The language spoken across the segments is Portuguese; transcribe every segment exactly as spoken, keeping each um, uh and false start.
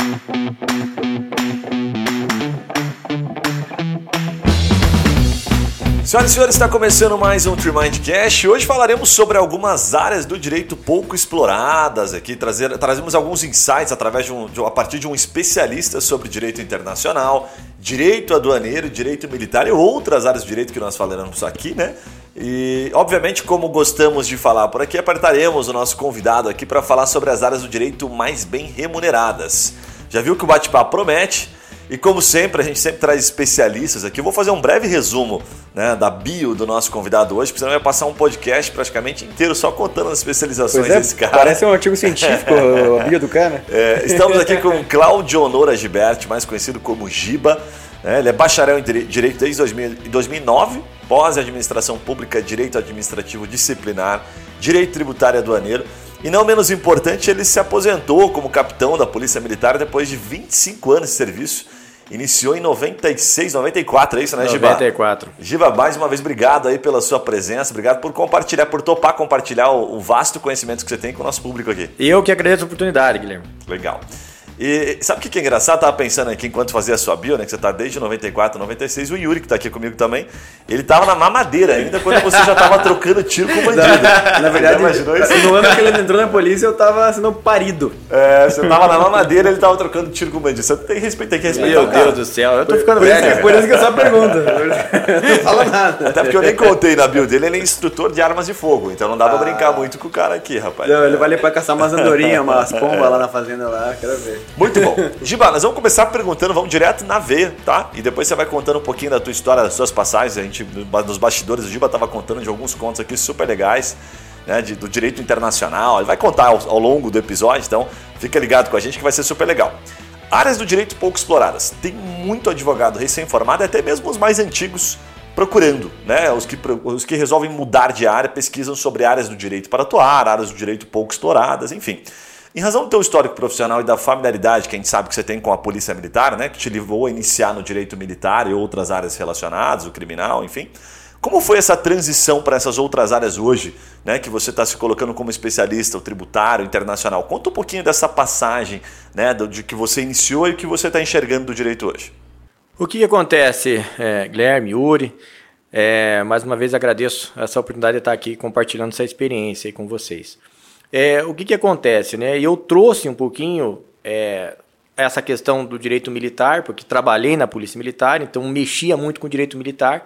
Senhoras e senhores, está começando mais um TreeMindCast. Hoje falaremos sobre algumas áreas do direito pouco exploradas. Aqui trazer, trazemos alguns insights através de um, de, a partir de um especialista sobre direito internacional, direito aduaneiro, direito militar e outras áreas de direito que nós falaremos aqui, né? E, obviamente, como gostamos de falar por aqui, apertaremos o nosso convidado aqui para falar sobre as áreas do direito mais bem remuneradas. Já viu que o bate-papo promete? E como sempre, a gente sempre traz especialistas aqui. Eu vou fazer um breve resumo, né, da bio do nosso convidado hoje, porque senão vai passar um podcast praticamente inteiro só contando as especializações pois é, desse cara. Parece um artigo científico a bio do cara. É, estamos aqui com o Claudio Honora Giberti, mais conhecido como Giba. É, ele é bacharel em Direito desde dois mil e nove, pós-administração pública, Direito Administrativo Disciplinar, Direito Tributário e Aduaneiro. E não menos importante, ele se aposentou como capitão da Polícia Militar depois de vinte e cinco anos de serviço. Iniciou em noventa e seis, noventa e quatro, é isso, né, Giba? noventa e quatro. Giba, mais uma vez, obrigado aí pela sua presença, obrigado por compartilhar, por topar compartilhar o, o vasto conhecimento que você tem com o nosso público aqui. Eu que agradeço a oportunidade, Guilherme. Legal. E sabe o que é engraçado? Eu tava pensando aqui enquanto fazia a sua bio, né? Que você tá desde noventa e quatro, noventa e seis. O Yuri, que tá aqui comigo também, ele tava na mamadeira ainda quando você já tava trocando tiro com o bandido. Na, na verdade, no ano que ele entrou na polícia, eu tava sendo parido. É, você tava na mamadeira e ele tava trocando tiro com o bandido. Você tem respeito, tem que respeitar. Meu Deus do céu, eu tô ficando por velho. Isso, por isso que eu só pergunto. Não fala nada. Até porque eu nem contei na bio dele, ele é instrutor de armas de fogo, então não dá pra ah. brincar muito com o cara aqui, rapaz. Não, ele vai ali pra caçar umas andorinhas, umas pombas lá na fazenda lá, quero ver. Muito bom. Giba, nós vamos começar perguntando, vamos direto na veia, tá? E depois você vai contando um pouquinho da tua história, das suas passagens. A gente, nos bastidores, o Giba estava contando de alguns contos aqui super legais, né? De, do direito internacional. Ele vai contar ao, ao longo do episódio, então fica ligado com a gente que vai ser super legal. Áreas do direito pouco exploradas. Tem muito advogado recém-formado, até mesmo os mais antigos, procurando, né? Os que, os que resolvem mudar de área, pesquisam sobre áreas do direito para atuar, áreas do direito pouco exploradas, enfim. Em razão do teu histórico profissional e da familiaridade que a gente sabe que você tem com a Polícia Militar, né, que te levou a iniciar no direito militar e outras áreas relacionadas, o criminal, enfim, como foi essa transição para essas outras áreas hoje, né, que você está se colocando como especialista, o tributário, internacional? Conta um pouquinho dessa passagem, né, de que você iniciou e o que você está enxergando do direito hoje. O que acontece, é, Guilherme, Yuri, é, mais uma vez agradeço essa oportunidade de estar aqui compartilhando essa experiência aí com vocês. É, o que, que acontece, né? Eu trouxe um pouquinho é, essa questão do direito militar, porque trabalhei na Polícia Militar, então mexia muito com o direito militar.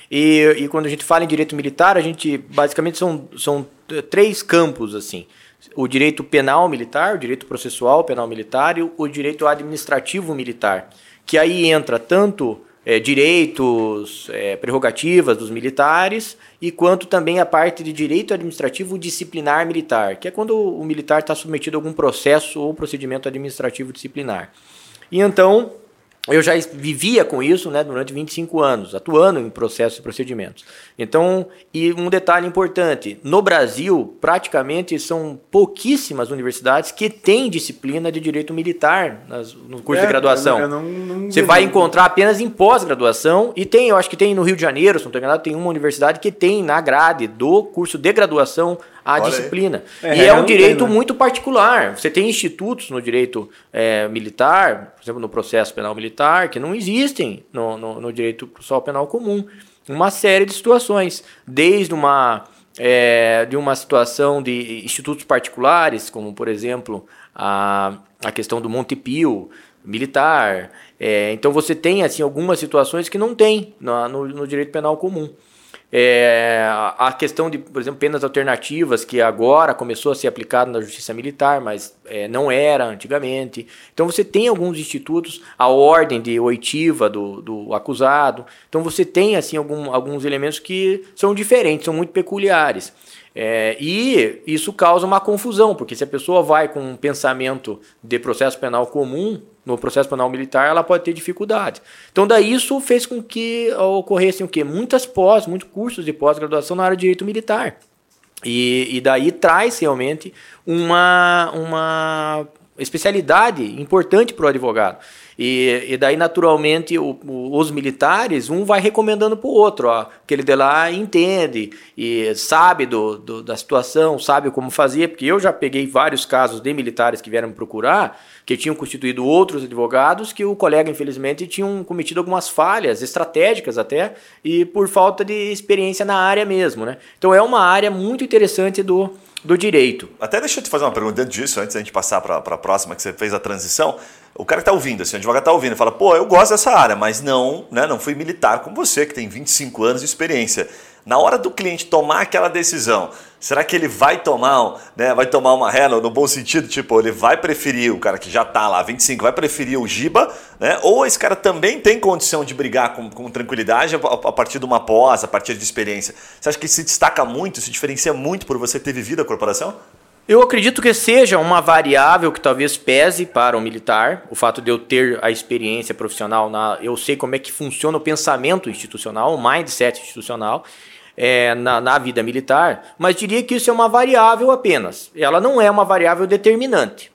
E, e quando a gente fala em direito militar, a gente basicamente são, são três campos, assim. O direito penal militar, o direito processual penal militar e o direito administrativo militar. Que aí entra tanto é, direitos, é, prerrogativas dos militares e quanto também a parte de direito administrativo disciplinar militar, que é quando o militar está submetido a algum processo ou procedimento administrativo disciplinar. E então, eu já vivia com isso, né, durante vinte e cinco anos, atuando em processos e procedimentos. Então, e um detalhe importante, no Brasil, praticamente são pouquíssimas universidades que têm disciplina de direito militar nas, no curso é, de graduação. Eu não, eu não, não Você vai não. encontrar apenas em pós-graduação, e tem, eu acho que tem no Rio de Janeiro, se não estou enganado, tem uma universidade que tem na grade do curso de graduação a Olha disciplina. É, e é um direito tem, né? muito particular. Você tem institutos no direito é, militar, por exemplo, no processo penal militar, que não existem no, no, no direito processual penal comum. Uma série de situações, desde uma, é, de uma situação de institutos particulares, como, por exemplo, a, a questão do Montepio militar. É, então, você tem assim, algumas situações que não tem no, no, no direito penal comum. É, a questão de, por exemplo, penas alternativas, que agora começou a ser aplicada na justiça militar, mas é, não era antigamente. Então você tem alguns institutos, a ordem de oitiva do, do acusado. Então você tem assim, algum, alguns elementos que são diferentes, são muito peculiares. É, e isso causa uma confusão, porque se a pessoa vai com um pensamento de processo penal comum, no processo penal militar, ela pode ter dificuldade. Então, daí isso fez com que ocorressem o quê? Muitas pós, muitos cursos de pós-graduação na área de direito militar. E, e daí traz realmente uma, uma especialidade importante para o advogado. E, e daí, naturalmente, o, o, os militares, um vai recomendando para o outro, ó, aquele de lá entende e sabe do, do, da situação, sabe como fazer, porque eu já peguei vários casos de militares que vieram me procurar, que tinham constituído outros advogados, que o colega, infelizmente, tinham cometido algumas falhas estratégicas até, e por falta de experiência na área mesmo, né? Então é uma área muito interessante do, do direito. Até deixa eu te fazer uma pergunta dentro disso, antes da gente passar para a próxima, que você fez a transição. O cara que está ouvindo, assim, o advogado está ouvindo, fala, pô, eu gosto dessa área, mas não, né, não fui militar como você, que tem vinte e cinco anos de experiência. Na hora do cliente tomar aquela decisão, será que ele vai tomar, né, vai tomar uma ré, no bom sentido, tipo, ele vai preferir, o cara que já está lá, vinte e cinco, vai preferir o Giba, né, ou esse cara também tem condição de brigar com, com tranquilidade a, a partir de uma pós, a partir de experiência? Você acha que se destaca muito, se diferencia muito por você ter vivido a corporação? Eu acredito que seja uma variável que talvez pese para o militar, o fato de eu ter a experiência profissional, na, eu sei como é que funciona o pensamento institucional, o mindset institucional, é, na, na vida militar, mas diria que isso é uma variável apenas, ela não é uma variável determinante.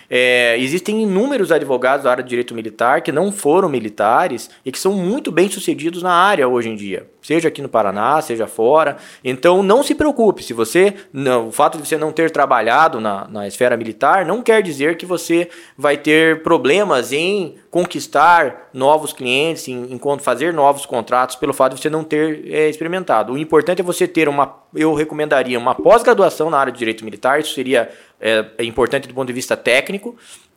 É, existem inúmeros advogados da área de direito militar que não foram militares e que são muito bem sucedidos na área hoje em dia, seja aqui no Paraná, seja fora. Então não se preocupe, se você não, o fato de você não ter trabalhado na, na esfera militar não quer dizer que você vai ter problemas em conquistar novos clientes, em, em fazer novos contratos pelo fato de você não ter é, experimentado. O importante é você ter uma, eu recomendaria uma pós-graduação na área de direito militar, isso seria é, é importante do ponto de vista técnico,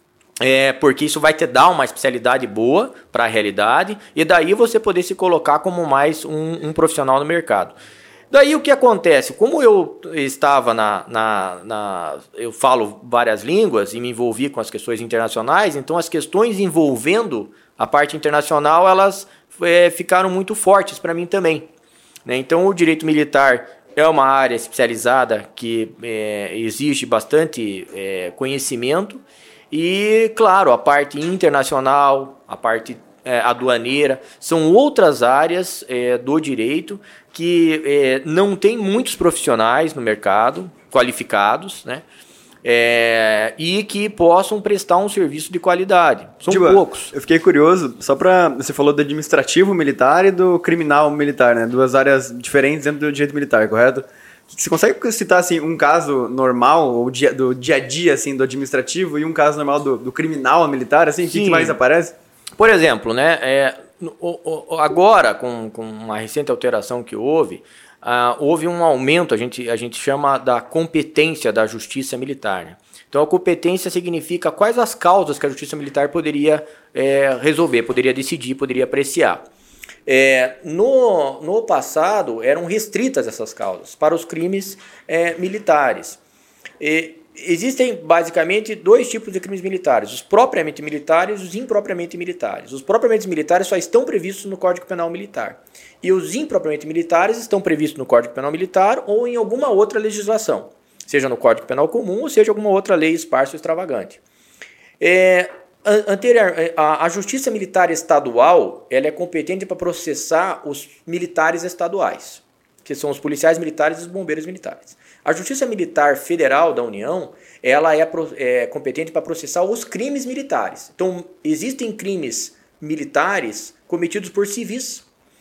É, porque isso vai te dar uma especialidade boa para a realidade e daí você poder se colocar como mais um, um profissional no mercado. Daí o que acontece? Como eu estava na, na, na... eu falo várias línguas e me envolvi com as questões internacionais, então as questões envolvendo a parte internacional, elas é, ficaram muito fortes para mim também, né? Então o direito militar é uma área especializada que é, exige bastante é, conhecimento. E, claro, a parte internacional, a parte é, aduaneira, são outras áreas é, do direito que é, não tem muitos profissionais no mercado, qualificados, né? É, e que possam prestar um serviço de qualidade. São Giba, poucos. Eu fiquei curioso, só para... Você falou do administrativo militar e do criminal militar, né? Duas áreas diferentes dentro do direito militar, correto? Você consegue citar assim, um caso normal ou dia, do dia a dia assim, do administrativo e um caso normal do, do criminal militar? Assim, o que, que mais aparece? Por exemplo, né, é, o, o, agora, com, com uma recente alteração que houve, uh, houve um aumento, a gente, a gente chama da competência da justiça militar. Né? Então, a competência significa quais as causas que a justiça militar poderia é, resolver, poderia decidir, poderia apreciar. É, no, no passado eram restritas essas causas para os crimes é, militares. E existem basicamente dois tipos de crimes militares, os propriamente militares e os impropriamente militares. Os propriamente militares só estão previstos no Código Penal Militar e os impropriamente militares estão previstos no Código Penal Militar ou em alguma outra legislação, seja no Código Penal Comum ou seja alguma outra lei esparsa ou extravagante. É, Anterior, a, a Justiça Militar Estadual ela é competente para processar os militares estaduais, que são os policiais militares e os bombeiros militares. A Justiça Militar Federal da União ela é, é competente para processar os crimes militares. Então, existem crimes militares cometidos por civis.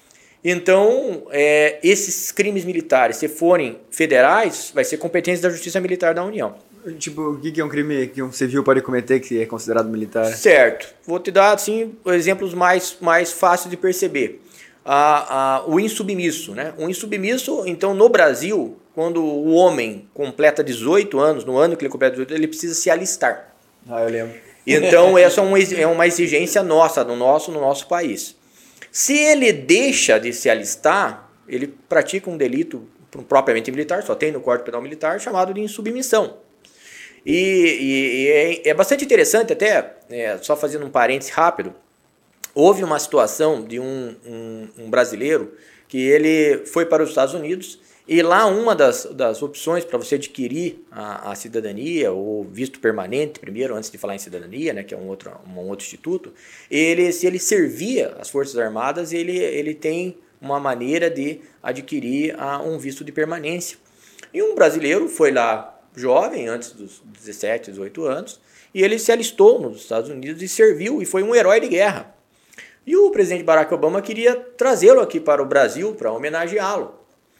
Então, é, esses crimes militares, se forem federais, vai ser competência da Justiça Militar da União. Tipo, o que é um crime que um civil pode cometer que é considerado militar? Certo. Vou te dar, assim, exemplos mais, mais fáceis de perceber. Ah, ah, o insubmisso, né? O insubmisso, então, no Brasil, quando o homem completa dezoito anos, no ano que ele completa dezoito, ele precisa se alistar. Ah, eu lembro. Então, essa é uma, é uma exigência nossa, no nosso, no nosso país. Se ele deixa de se alistar, ele pratica um delito propriamente militar, só tem no Código Penal Militar, chamado de insubmissão. E, e, e é, é bastante interessante até, é, só fazendo um parêntese rápido, houve uma situação de um, um, um brasileiro que ele foi para os Estados Unidos e lá uma das, das opções para você adquirir a, a cidadania ou visto permanente, primeiro, antes de falar em cidadania, né, que é um outro, um outro instituto, ele, se ele servia as Forças Armadas, ele, ele tem uma maneira de adquirir a, um visto de permanência. E um brasileiro foi lá, jovem, antes dos dezessete, dezoito anos, e ele se alistou nos Estados Unidos e serviu e foi um herói de guerra. E o presidente Barack Obama queria trazê-lo aqui para o Brasil para homenageá-lo.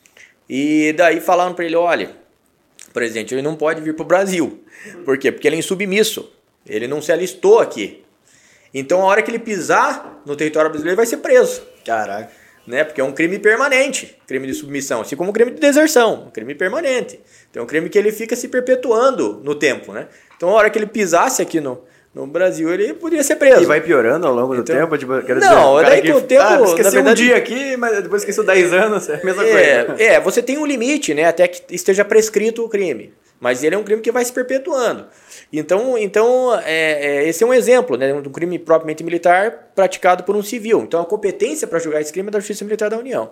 E daí falaram para ele, olha, presidente, ele não pode vir para o Brasil. Por quê? Porque ele é insubmisso, ele não se alistou aqui. Então, a hora que ele pisar no território brasileiro, ele vai ser preso. Caraca. Né? Porque é um crime permanente, crime de submissão, assim como um crime de deserção, um crime permanente. Então, é um crime que ele fica se perpetuando no tempo, né? Então, a hora que ele pisasse aqui no, no Brasil, ele poderia ser preso. E vai piorando ao longo do então, tempo? Tipo, quero não, dizer, daí que com o tempo... Ah, esqueci na verdade, um dia aqui, mas depois esqueceu dez anos, é a mesma é, coisa. É, você tem um limite, né? Até que esteja prescrito o crime. Mas ele é um crime que vai se perpetuando. Então, então é, é, esse é um exemplo, né, de um crime propriamente militar praticado por um civil. Então, a competência para julgar esse crime é da Justiça Militar da União.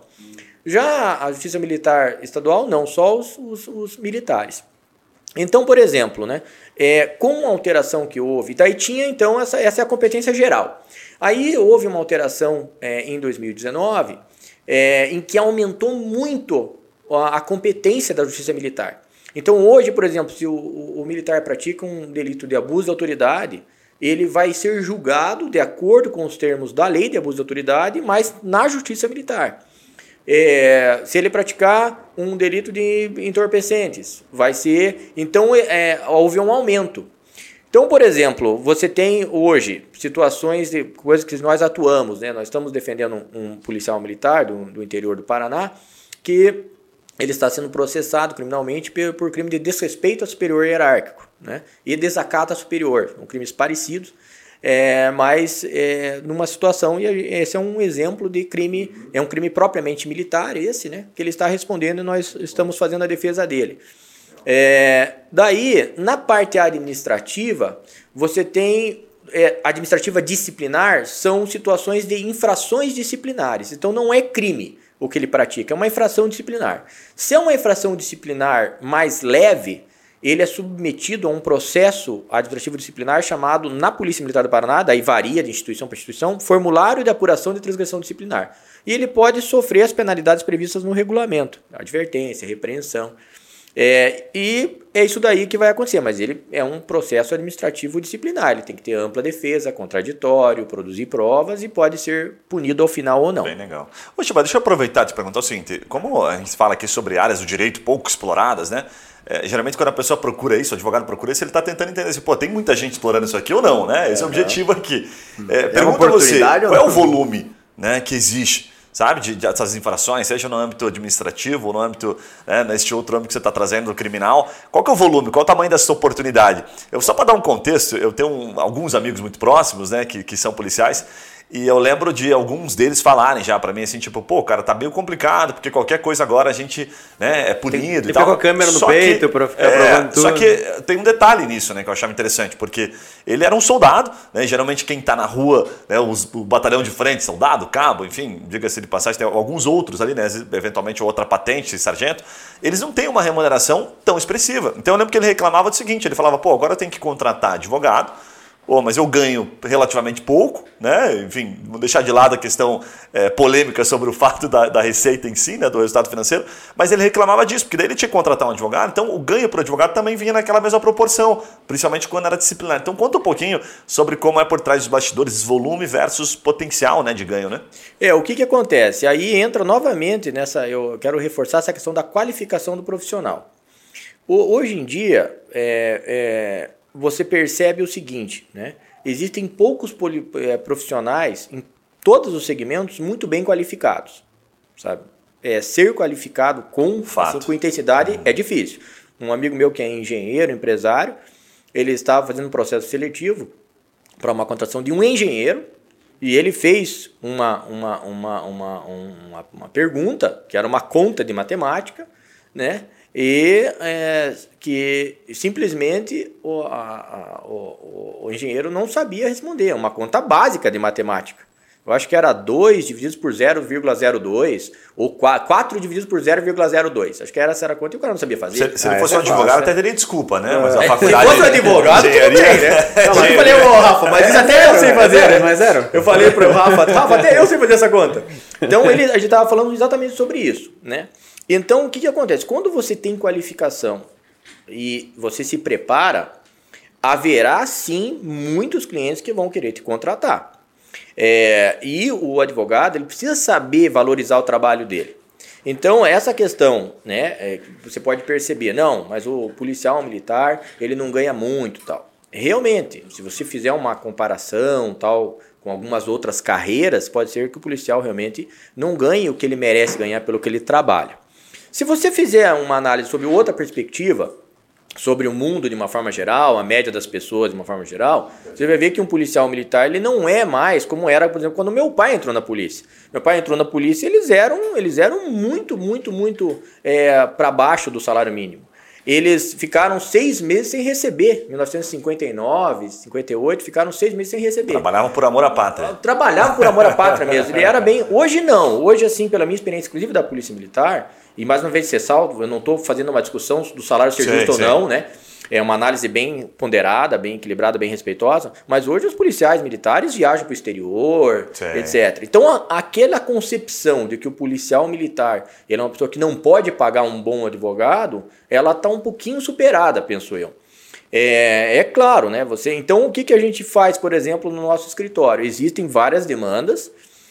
Já a Justiça Militar Estadual, não, só os, os, os militares. Então, por exemplo, né, é, com a alteração que houve, daí tinha, então, essa, essa é a competência geral. Aí houve uma alteração é, em dois mil e dezenove, é, em que aumentou muito a, a competência da Justiça Militar. Então hoje, por exemplo, se o, o, o militar pratica um delito de abuso de autoridade, ele vai ser julgado de acordo com os termos da lei de abuso de autoridade, mas na Justiça Militar. É, se ele praticar um delito de entorpecentes, vai ser... Então é, houve um aumento. Então, por exemplo, você tem hoje situações de coisas que nós atuamos, né? Nós estamos defendendo um, um policial militar do, do interior do Paraná que... ele está sendo processado criminalmente por, por crime de desrespeito ao superior hierárquico, né? E desacato ao superior, são crimes parecidos, é, mas é, numa situação, e esse é um exemplo de crime, é um crime propriamente militar esse, né? Que ele está respondendo e nós estamos fazendo a defesa dele. É, daí, na parte administrativa, você tem... É, administrativa disciplinar são situações de infrações disciplinares, então não é crime o que ele pratica, é uma infração disciplinar. Se é uma infração disciplinar mais leve, ele é submetido a um processo administrativo disciplinar chamado, na Polícia Militar do Paraná, daí varia de instituição para instituição, formulário de apuração de transgressão disciplinar. E ele pode sofrer as penalidades previstas no regulamento, advertência, repreensão. É, e é isso daí que vai acontecer, mas ele é um processo administrativo disciplinar, ele tem que ter ampla defesa, contraditório, produzir provas e pode ser punido ao final ou não. Bem legal. Ô, Chiba, deixa eu aproveitar e te perguntar o seguinte, como a gente fala aqui sobre áreas do direito pouco exploradas, né? É, geralmente quando a pessoa procura isso, o advogado procura isso, ele está tentando entender se, pô, tem muita gente explorando isso aqui ou não, né? Esse é, é o objetivo aqui. É, pergunta a você, qual é o volume, né, que existe, sabe, de, de essas infrações, seja no âmbito administrativo ou no âmbito, né, neste outro âmbito que você está trazendo do criminal, qual que é o volume, qual é o tamanho dessa oportunidade? Eu, só para dar um contexto, eu tenho um, alguns amigos muito próximos, né, que, que são policiais, e eu lembro de alguns deles falarem já pra mim assim, tipo, pô, cara, tá meio complicado, porque qualquer coisa agora a gente, né, é punido tem, e tem tal. Tem com a câmera no só peito que, pra ficar é, provando tudo. Só que tem um detalhe nisso, né, que eu achava interessante, porque ele era um soldado, né, geralmente quem tá na rua, né, os, o batalhão de frente, soldado, cabo, enfim, diga-se de passagem, tem alguns outros ali, né, eventualmente outra patente, sargento, eles não têm uma remuneração tão expressiva. Então eu lembro que ele reclamava do seguinte, ele falava, pô, agora eu tenho que contratar advogado, Oh, mas eu ganho relativamente pouco, né? Enfim, vou deixar de lado a questão é, polêmica sobre o fato da, da receita em si, né? Do resultado financeiro, mas ele reclamava disso, porque daí ele tinha que contratar um advogado, então o ganho para o advogado também vinha naquela mesma proporção, principalmente quando era disciplinar. Então conta um pouquinho sobre como é por trás dos bastidores, volume versus potencial, né, de ganho, né? É, o que, que acontece? Aí entra novamente nessa, eu quero reforçar essa questão da qualificação do profissional. O, hoje em dia, é, é, você percebe o seguinte, né? Existem poucos poli, é, profissionais em todos os segmentos muito bem qualificados, sabe? É, ser qualificado com, assim, com intensidade é difícil. Um amigo meu que é engenheiro, empresário, ele estava fazendo um processo seletivo para uma contratação de um engenheiro e ele fez uma, uma, uma, uma, uma, uma pergunta, que era uma conta de matemática, né? E é, que simplesmente o, a, a, o, o engenheiro não sabia responder, uma conta básica de matemática. Eu acho que era dois divididos por zero vírgula zero dois ou quatro divididos por zero vírgula zero dois. Acho que era essa era a conta e o cara não sabia fazer. Se, se ele ah, fosse um advogado, fácil, até teria desculpa, né? Mas a é, faculdade... Se fosse um advogado, tudo bem, né? Não, eu falei, ô Rafa, mas isso até eu sei fazer, né? Mas era. Eu falei para o Rafa, Rafa, até eu sei fazer essa conta. Então, ele, a gente estava falando exatamente sobre isso, né? Então, o que, que acontece? Quando você tem qualificação e você se prepara, haverá sim muitos clientes que vão querer te contratar. É, e o advogado ele precisa saber valorizar o trabalho dele. Então, essa questão, né, é, você pode perceber, não, mas o policial militar, ele não ganha muito, tal. Realmente, se você fizer uma comparação, tal, com algumas outras carreiras, pode ser que o policial realmente não ganhe o que ele merece ganhar pelo que ele trabalha. Se você fizer uma análise sobre outra perspectiva, sobre o mundo de uma forma geral, a média das pessoas de uma forma geral, você vai ver que um policial militar ele não é mais como era, por exemplo, quando meu pai entrou na polícia. Meu pai entrou na polícia, eles eram, eles eram muito, muito, muito é, para baixo do salário mínimo. Eles ficaram seis meses sem receber. Em mil novecentos e cinquenta e nove, cinquenta e oito, ficaram seis meses sem receber. Trabalhavam por amor à pátria. Trabalhavam por amor à pátria mesmo. Ele era bem... Hoje não. Hoje, assim, pela minha experiência, inclusive da Polícia Militar, e mais uma vez ser salvo, eu não estou fazendo uma discussão do salário ser justo ou não, né? É uma análise bem ponderada, bem equilibrada, bem respeitosa, mas hoje os policiais militares viajam para o exterior, sim, etcétera. Então, a, aquela concepção de que o policial militar ele é uma pessoa que não pode pagar um bom advogado, ela está um pouquinho superada, penso eu. É, é claro, né? Você, então, o que, que a gente faz, por exemplo, no nosso escritório? Existem várias demandas.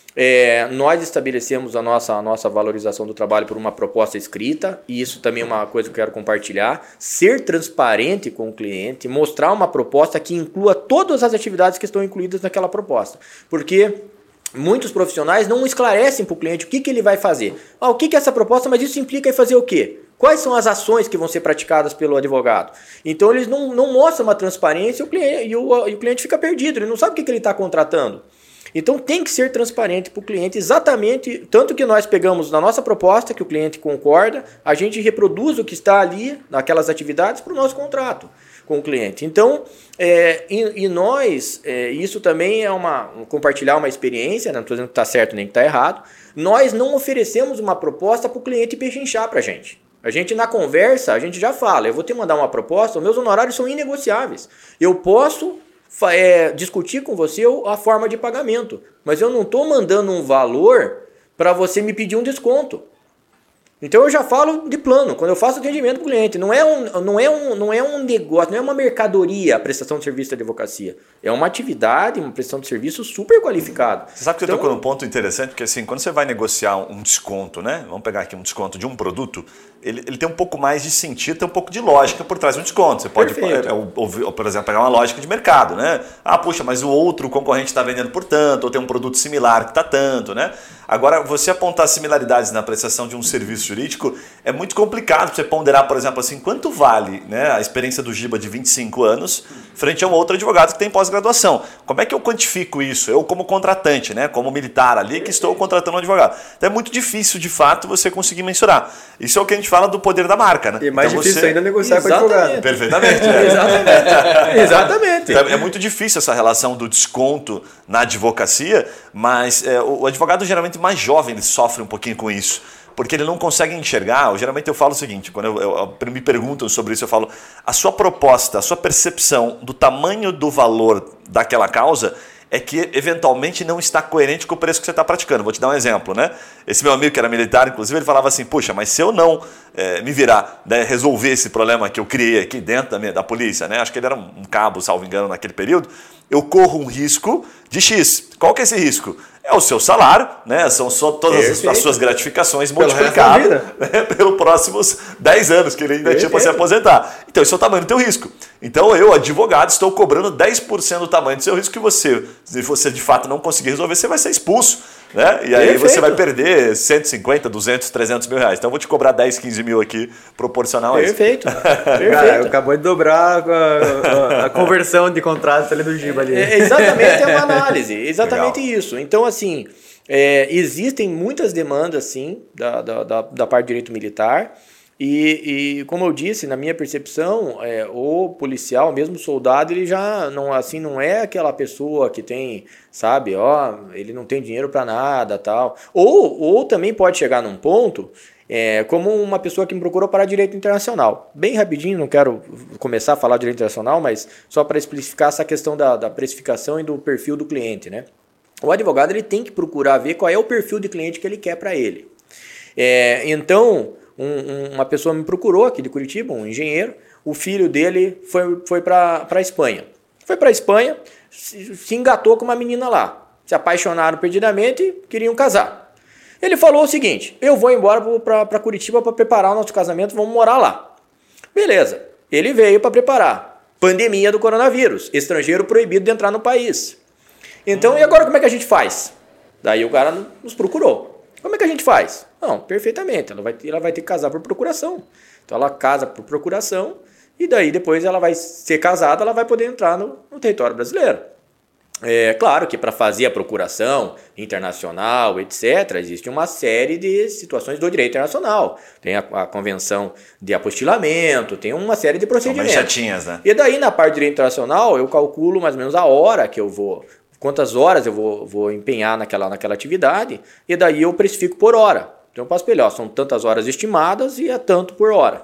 É, nós estabelecemos a nossa, a nossa valorização do trabalho por uma proposta escrita, e isso também é uma coisa que eu quero compartilhar, ser transparente com o cliente, mostrar uma proposta que inclua todas as atividades que estão incluídas naquela proposta, porque muitos profissionais não esclarecem para o cliente o que, que ele vai fazer. Ah, o que, que é essa proposta, mas isso implica em fazer o quê? Quais são as ações que vão ser praticadas pelo advogado? Então eles não, não mostram uma transparência e o cliente, e o, e o cliente fica perdido, ele não sabe o que, que ele está contratando. Então tem que ser transparente para o cliente exatamente, tanto que nós pegamos na nossa proposta, que o cliente concorda, a gente reproduz o que está ali, naquelas atividades, para o nosso contrato com o cliente. Então, é, e, e nós, é, isso também é uma, compartilhar uma experiência, não estou dizendo que está certo nem que está errado, nós não oferecemos uma proposta para o cliente pechinchar para a gente. A gente na conversa, a gente já fala, eu vou te mandar uma proposta, os meus honorários são inegociáveis. Eu posso... É, discutir com você a forma de pagamento, mas eu não estou mandando um valor para você me pedir um desconto. Então eu já falo de plano, quando eu faço atendimento para o cliente, não é, um, não, é um, não é um negócio, não é uma mercadoria a prestação de serviço de advocacia, é uma atividade, uma prestação de serviço super qualificada. Você sabe que então, eu tocou num ponto interessante, porque assim, quando você vai negociar um desconto, né? Vamos pegar aqui um desconto de um produto, ele, ele tem um pouco mais de sentido, tem um pouco de lógica por trás do desconto. Você pode, ou, ou, ou, por exemplo, pegar uma lógica de mercado, né? Ah, puxa, mas o outro concorrente está vendendo por tanto, ou tem um produto similar que está tanto, né? Agora, você apontar similaridades na prestação de um serviço jurídico é muito complicado você ponderar, por exemplo, assim, quanto vale, né, a experiência do Giba de vinte e cinco anos frente a um outro advogado que tem pós-graduação. Como é que eu quantifico isso? Eu como contratante, né, como militar ali que estou contratando um advogado. Então é muito difícil, de fato, você conseguir mensurar. Isso é o que a gente fala do poder da marca, né? E é mais então, difícil você... ainda negociar Exatamente. com o advogado. Perfeitamente. É. Exatamente. Exatamente. Então, é muito difícil essa relação do desconto na advocacia, mas é, o advogado geralmente mais jovem ele sofre um pouquinho com isso. Porque ele não consegue enxergar. Geralmente eu falo o seguinte, quando eu, eu, eu, me perguntam sobre isso, eu falo, a sua proposta, a sua percepção do tamanho do valor daquela causa é que eventualmente não está coerente com o preço que você está praticando. Vou te dar um exemplo, né? Esse meu amigo que era militar, inclusive, ele falava assim, puxa, mas se eu não é, me virar, né, resolver esse problema que eu criei aqui dentro da, minha, da polícia, né? Acho que ele era um cabo, salvo engano, naquele período, eu corro um risco de X. Qual que é esse risco? É o seu salário, né? São só todas as, as suas gratificações multiplicadas, né, pelos próximos dez anos que ele ainda Perfeito. Tinha para se aposentar. Então, esse é o tamanho do teu risco. Então, eu, advogado, estou cobrando dez por cento do tamanho do seu risco que você, se você de fato não conseguir resolver, você vai ser expulso. Né? E aí Perfeito. Você vai perder cento e cinquenta, duzentos, trezentos mil reais. Então, eu vou te cobrar dez, quinze mil aqui, proporcional a isso. Perfeito. Perfeito. Cara, acabou de dobrar a, a, a conversão de contrato ali do Giba ali. É, exatamente, é uma análise. Exatamente Legal. Isso. Então, assim, é, existem muitas demandas, sim, da, da, da, da parte do direito militar. E, e, como eu disse, na minha percepção, é, o policial, mesmo o soldado, ele já não, assim, não é aquela pessoa que tem, sabe, ó, ele não tem dinheiro para nada, tal. Ou, ou também pode chegar num ponto, é, como uma pessoa que me procurou para direito internacional. Bem rapidinho, não quero começar a falar de direito internacional, mas só para explicificar essa questão da, da precificação e do perfil do cliente, né? O advogado ele tem que procurar ver qual é o perfil de cliente que ele quer para ele. É, então... Um, uma pessoa me procurou aqui de Curitiba, um engenheiro. o filho dele foi, foi para a Espanha. Foi para a Espanha, se, se engatou com uma menina lá. Se apaixonaram perdidamente e queriam casar. Ele falou o seguinte, eu vou embora para Curitiba para preparar o nosso casamento, vamos morar lá. Beleza, ele veio para preparar. Pandemia do coronavírus, estrangeiro proibido de entrar no país. Então, hum. e agora como é que a gente faz? Daí o cara nos procurou. Como é que a gente faz? Não, perfeitamente, ela vai, ela vai ter que casar por procuração. Então ela casa por procuração e daí depois ela vai ser casada, ela vai poder entrar no, no território brasileiro. É claro que para fazer a procuração internacional, etcétera, existe uma série de situações do direito internacional. Tem a, a convenção de apostilamento, tem uma série de procedimentos. São bem chatinhas, né? E daí na parte de direito internacional eu calculo mais ou menos a hora que eu vou, quantas horas eu vou, vou empenhar naquela, naquela atividade e daí eu precifico por hora. Então eu posso pegar, ó, são tantas horas estimadas e é tanto por hora.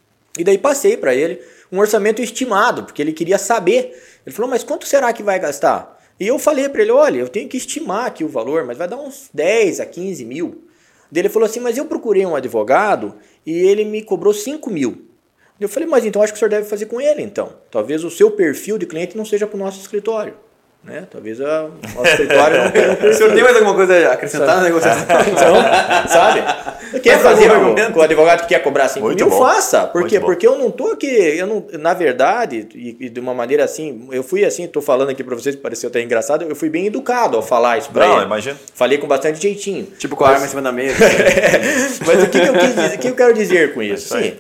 E daí passei para ele um orçamento estimado, porque ele queria saber. Ele falou, mas quanto será que vai gastar? E eu falei para ele, olha, eu tenho que estimar aqui o valor, mas vai dar uns dez a quinze mil. Daí ele falou assim, mas eu procurei um advogado e ele me cobrou cinco mil. Eu falei, mas então acho que o senhor deve fazer com ele então. Talvez o seu perfil de cliente não seja para o nosso escritório. Né? Talvez o nosso escritório não tenha um perfil. O senhor tem mais alguma coisa a acrescentar sabe? Na negociação? Então, sabe? Quer fazer com o advogado que quer cobrar cinco mil, faça. Por quê? Porque eu não tô aqui, eu não, na verdade, e, e de uma maneira assim, eu fui assim, tô falando aqui para vocês, pareceu até engraçado, eu fui bem educado ao falar isso para ele. Não, imagina. Falei com bastante jeitinho. Tipo com a arma em cima da mesa. Mas o que, que, eu quis dizer, o que eu quero dizer com isso? Sim,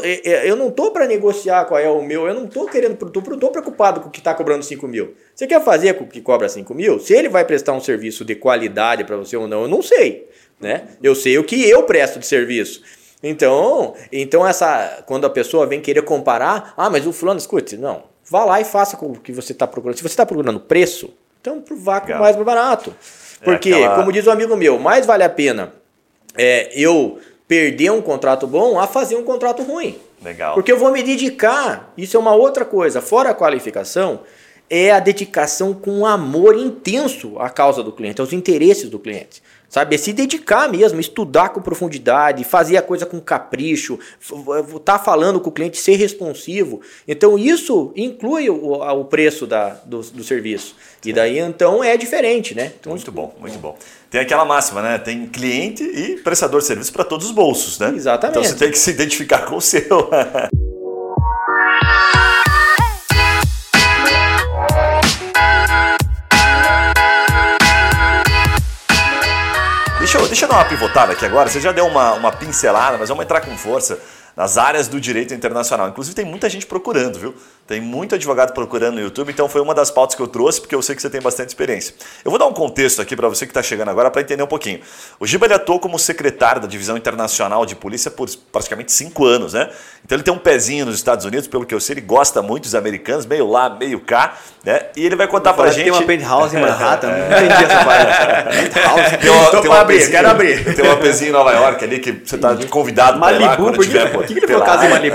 eu não tô para negociar qual é o meu, eu não tô querendo, tô, tô preocupado com o que está cobrando cinco mil. Você quer fazer com o que cobra cinco mil? Se ele vai prestar um serviço de qualidade para você ou não, eu não sei. Né? Eu sei o que eu presto de serviço. Então, então essa, quando a pessoa vem querer comparar, ah, mas o fulano, escute, não, vá lá e faça com o que você está procurando. Se você está procurando preço, então vá com mais barato. Porque, é aquela... como diz um amigo meu, mais vale a pena é, eu perder um contrato bom a fazer um contrato ruim. Legal. Porque eu vou me dedicar, isso é uma outra coisa, fora a qualificação, é a dedicação com amor intenso à causa do cliente, aos interesses do cliente. Sabe, é se dedicar mesmo, estudar com profundidade, fazer a coisa com capricho, estar falando com o cliente, ser responsivo. Então isso inclui o, o preço da, do, do serviço. Sim. E daí então é diferente, né? Então, muito bom, muito bom. Tem aquela máxima, né? Tem cliente e prestador de serviço para todos os bolsos, né? Exatamente. Então você tem que se identificar com o seu. Deixa eu, deixa eu dar uma pivotada aqui agora. Você já deu uma, uma pincelada, mas vamos entrar com força nas áreas do direito internacional. Inclusive tem muita gente procurando, viu? Tem muito advogado procurando no YouTube, então foi uma das pautas que eu trouxe, porque eu sei que você tem bastante experiência. Eu vou dar um contexto aqui para você que está chegando agora para entender um pouquinho. O Giba ele atuou como secretário da Divisão Internacional de Polícia por praticamente cinco anos, né? Então ele tem um pezinho nos Estados Unidos, pelo que eu sei, ele gosta muito dos americanos, meio lá, meio cá, né? E ele vai contar pra gente... Tem uma penthouse em Manhattan, não entendi essa parte. Penthouse. Tem uma, tem uma abrir, pezinho, quero abrir. Tem uma pezinho em Nova York ali que você tá convidado para ir lá quando por tiver... Por que ele falou casa em Malibu?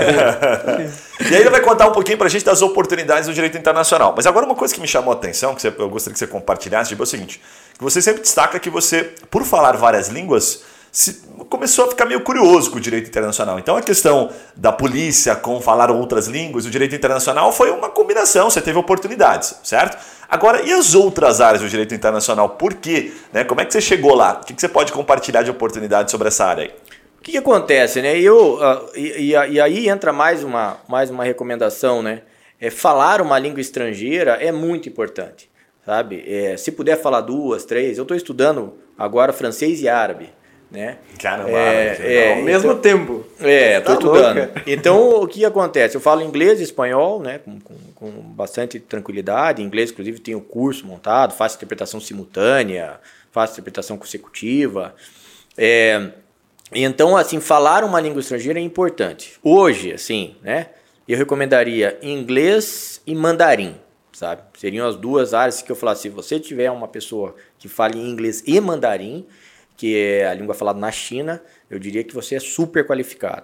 E aí ele vai contar um pouquinho pra gente das oportunidades do direito internacional. Mas agora uma coisa que me chamou a atenção, que eu gostaria que você compartilhasse, tipo, é o seguinte, que você sempre destaca que você, por falar várias línguas, se, começou a ficar meio curioso com o direito internacional. Então a questão da polícia com falar outras línguas, o direito internacional foi uma combinação, você teve oportunidades, certo? Agora, e as outras áreas do direito internacional? Por quê? Né? Como é que você chegou lá? O que você pode compartilhar de oportunidade sobre essa área aí? O que, que acontece, né? Eu, uh, e, e aí entra mais uma, mais uma recomendação, né? É, falar uma língua estrangeira é muito importante, sabe? É, se puder falar duas, três, eu estou estudando agora francês e árabe, né? Caramba, é, é, ao mesmo então, tempo. É, estou tá estudando. Louca. Então, o que acontece? Eu falo inglês e espanhol, né? Com, com, com bastante tranquilidade. Em inglês, inclusive, tenho curso montado, faço interpretação simultânea, faço interpretação consecutiva. É... Então, assim, falar uma língua estrangeira é importante. Hoje, assim, né, eu recomendaria inglês e mandarim, sabe? Seriam as duas áreas que eu falasse, se você tiver uma pessoa que fale inglês e mandarim, que é a língua falada na China, eu diria que você é super qualificado.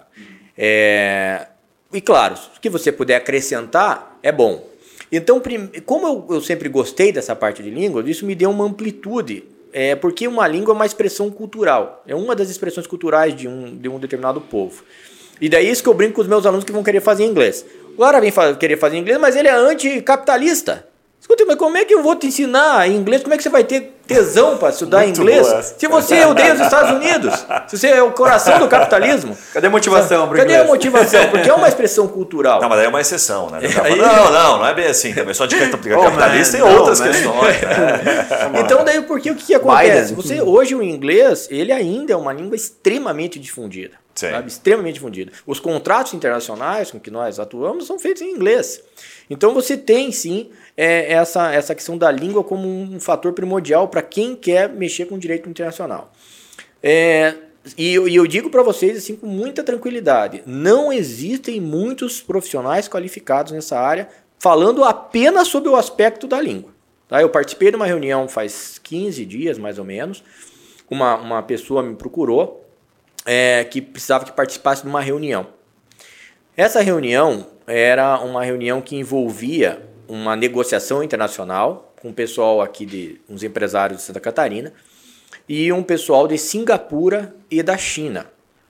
É... E claro, o que você puder acrescentar é bom. Então, como eu, eu sempre gostei dessa parte de língua, isso me deu uma amplitude. É porque uma língua é uma expressão cultural. É uma das expressões culturais de um, de um determinado povo. E daí isso que eu brinco com os meus alunos que vão querer fazer inglês. agora vem fa- querer fazer inglês, mas ele é anticapitalista. Escuta, mas como é que eu vou te ensinar inglês? Como é que você vai ter tesão para estudar Muito inglês boa. se você odeia os Estados Unidos? Se você é o coração do capitalismo? Cadê a motivação pro Cadê inglês? a motivação? Porque é uma expressão cultural. Não, mas daí é uma exceção, né? Aí- Não, não, não é bem assim. Também só de capitalista man, tem não, outras man. questões. Né? Então daí por que o que, que acontece? Biden. Você hoje o inglês, ele ainda é uma língua extremamente difundida, Sim. sabe? Extremamente difundida. Os contratos internacionais com que nós atuamos são feitos em inglês. Então você tem sim é, essa essa questão da língua como um fator primordial para quem quer mexer com direito internacional. É, e, eu- e eu digo para vocês assim com muita tranquilidade, não existem muitos profissionais qualificados nessa área falando apenas sobre o aspecto da língua. Tá? Eu participei de uma reunião faz quinze dias, mais ou menos. Uma, uma pessoa me procurou é, que precisava que participasse de uma reunião. Essa reunião era uma reunião que envolvia uma negociação internacional com o pessoal aqui de uns empresários de Santa Catarina e um pessoal de Singapura e da China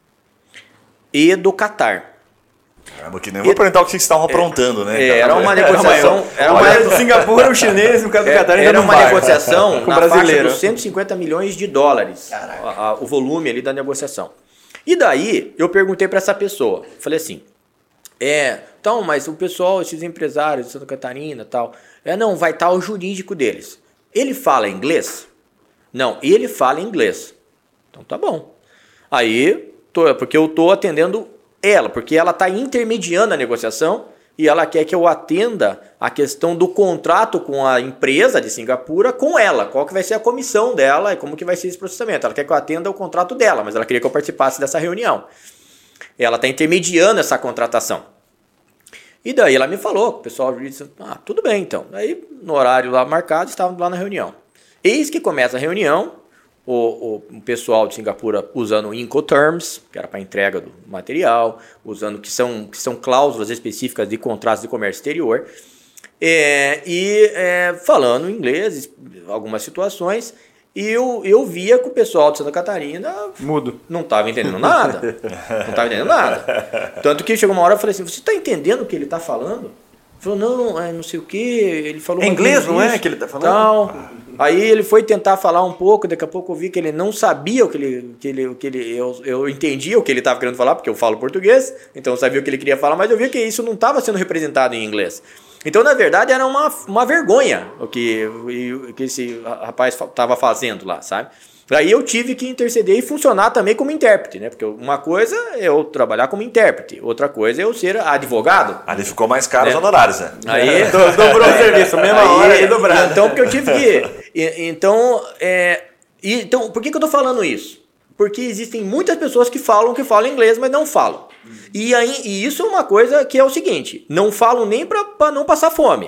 e do Catar. Caramba, que nem vou perguntar o que vocês estavam aprontando, né? É, cara? era uma negociação. Era uma, Olha, Singapura, o chinês, no caso do Catar, ainda era não uma vai. negociação Com na faixa brasileiro. dos cento e cinquenta milhões de dólares, a- a- o volume ali da negociação. E daí eu perguntei para essa pessoa, falei assim, é, então, mas o pessoal, esses empresários de Santa Catarina e tal, é, não, vai estar o jurídico deles. Ele fala inglês? Não, ele fala inglês. Então tá bom. Aí, tô, porque eu tô atendendo ela, porque ela está intermediando a negociação e ela quer que eu atenda a questão do contrato com a empresa de Singapura com ela. Qual que vai ser a comissão dela e como que vai ser esse processamento. Ela quer que eu atenda o contrato dela, mas ela queria que eu participasse dessa reunião. Ela está intermediando essa contratação. E daí ela me falou, o pessoal disse, ah, tudo bem então. Aí, no horário lá marcado, estávamos lá na reunião. Eis que começa a reunião, o, o, o pessoal de Singapura usando o Incoterms, que era para entrega do material, usando que são, que são cláusulas específicas de contratos de comércio exterior, é, e é, falando inglês, algumas situações, e eu, eu via que o pessoal de Santa Catarina Mudo. não estava entendendo nada. Não estava entendendo nada. Tanto que chegou uma hora e eu falei assim, você está entendendo o que ele está falando? Ele falou, não, é, não sei o que. Ele falou É mais inglês, ou menos não é, isso, que ele tá falando? Tal. Aí ele foi tentar falar um pouco, daqui a pouco eu vi que ele não sabia o que ele... Que ele, o que ele eu, eu entendia o que ele estava querendo falar, porque eu falo português, então eu sabia o que ele queria falar, mas eu vi que isso não estava sendo representado em inglês. Então, na verdade, era uma, uma vergonha o que, o que esse rapaz estava fazendo lá, sabe? Aí eu tive que interceder e funcionar também como intérprete, né? Porque uma coisa é eu trabalhar como intérprete, outra coisa é eu ser advogado. Ali ficou mais caro os É. honorários, né? Aí, Dobrou o serviço, mesma aí, hora e dobrado. Então, porque eu tive que... e- Então, é, e- então, por que, que eu tô falando isso? Porque existem muitas pessoas que falam que falam inglês, mas não falam. E, aí, e isso é uma coisa que é o seguinte, não falam nem para não passar fome.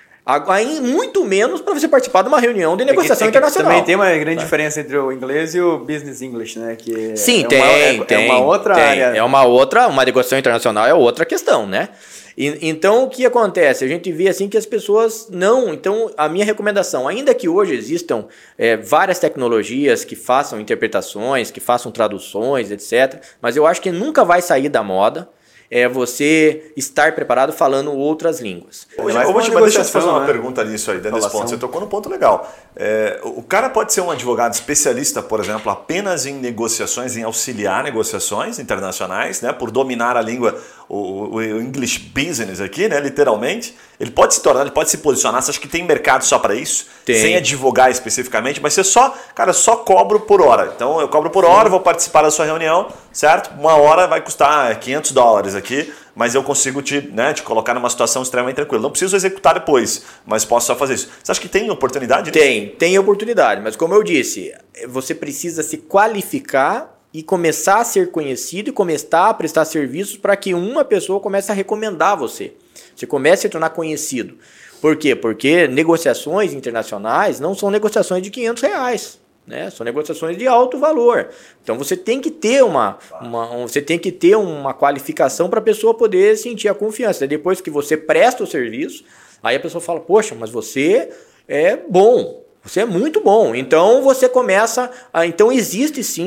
Aí, muito menos para você participar de uma reunião de negociação É que- é que internacional. Também tem uma grande diferença entre o inglês e o business English, né? Que Sim, é tem, uma, é, tem. É uma outra tem. área. É uma outra, uma negociação internacional é outra questão, né? E, então, o que acontece? A gente vê assim que as pessoas não... Então, a minha recomendação, ainda que hoje existam é, várias tecnologias que façam interpretações, que façam traduções, etcétera, mas eu acho que nunca vai sair da moda é você estar preparado falando outras línguas. Hoje, mais ô, uma Mogi, mas deixa eu te fazer negociação, uma né? pergunta nisso aí, dentro desse Relação. ponto. Você tocou num ponto legal. É, o cara pode ser um advogado especialista, por exemplo, apenas em negociações, em auxiliar negociações internacionais, né, por dominar a língua, o, o English business aqui, né, literalmente. Ele pode se tornar, ele pode se posicionar. Você acha que tem mercado só para isso? Tem. Sem advogar especificamente, mas você só, cara, só cobro por hora. Então eu cobro por hora, vou participar da sua reunião, certo? Uma hora vai custar quinhentos dólares aqui, mas eu consigo te, né, te colocar numa situação extremamente tranquila. Não preciso executar depois, mas posso só fazer isso. Você acha que tem oportunidade? nisso? Tem, tem oportunidade, mas como eu disse, você precisa se qualificar e começar a ser conhecido e começar a prestar serviços para que uma pessoa comece a recomendar você. Você comece a se tornar conhecido. Por quê? Porque negociações internacionais não são negociações de quinhentos reais. Né? São negociações de alto valor. Então você tem que ter uma, uma, um, você tem que ter uma qualificação para a pessoa poder sentir a confiança. Depois que você presta o serviço, aí a pessoa fala, poxa, mas você é bom, você é muito bom. Então você começa, a, então existe sim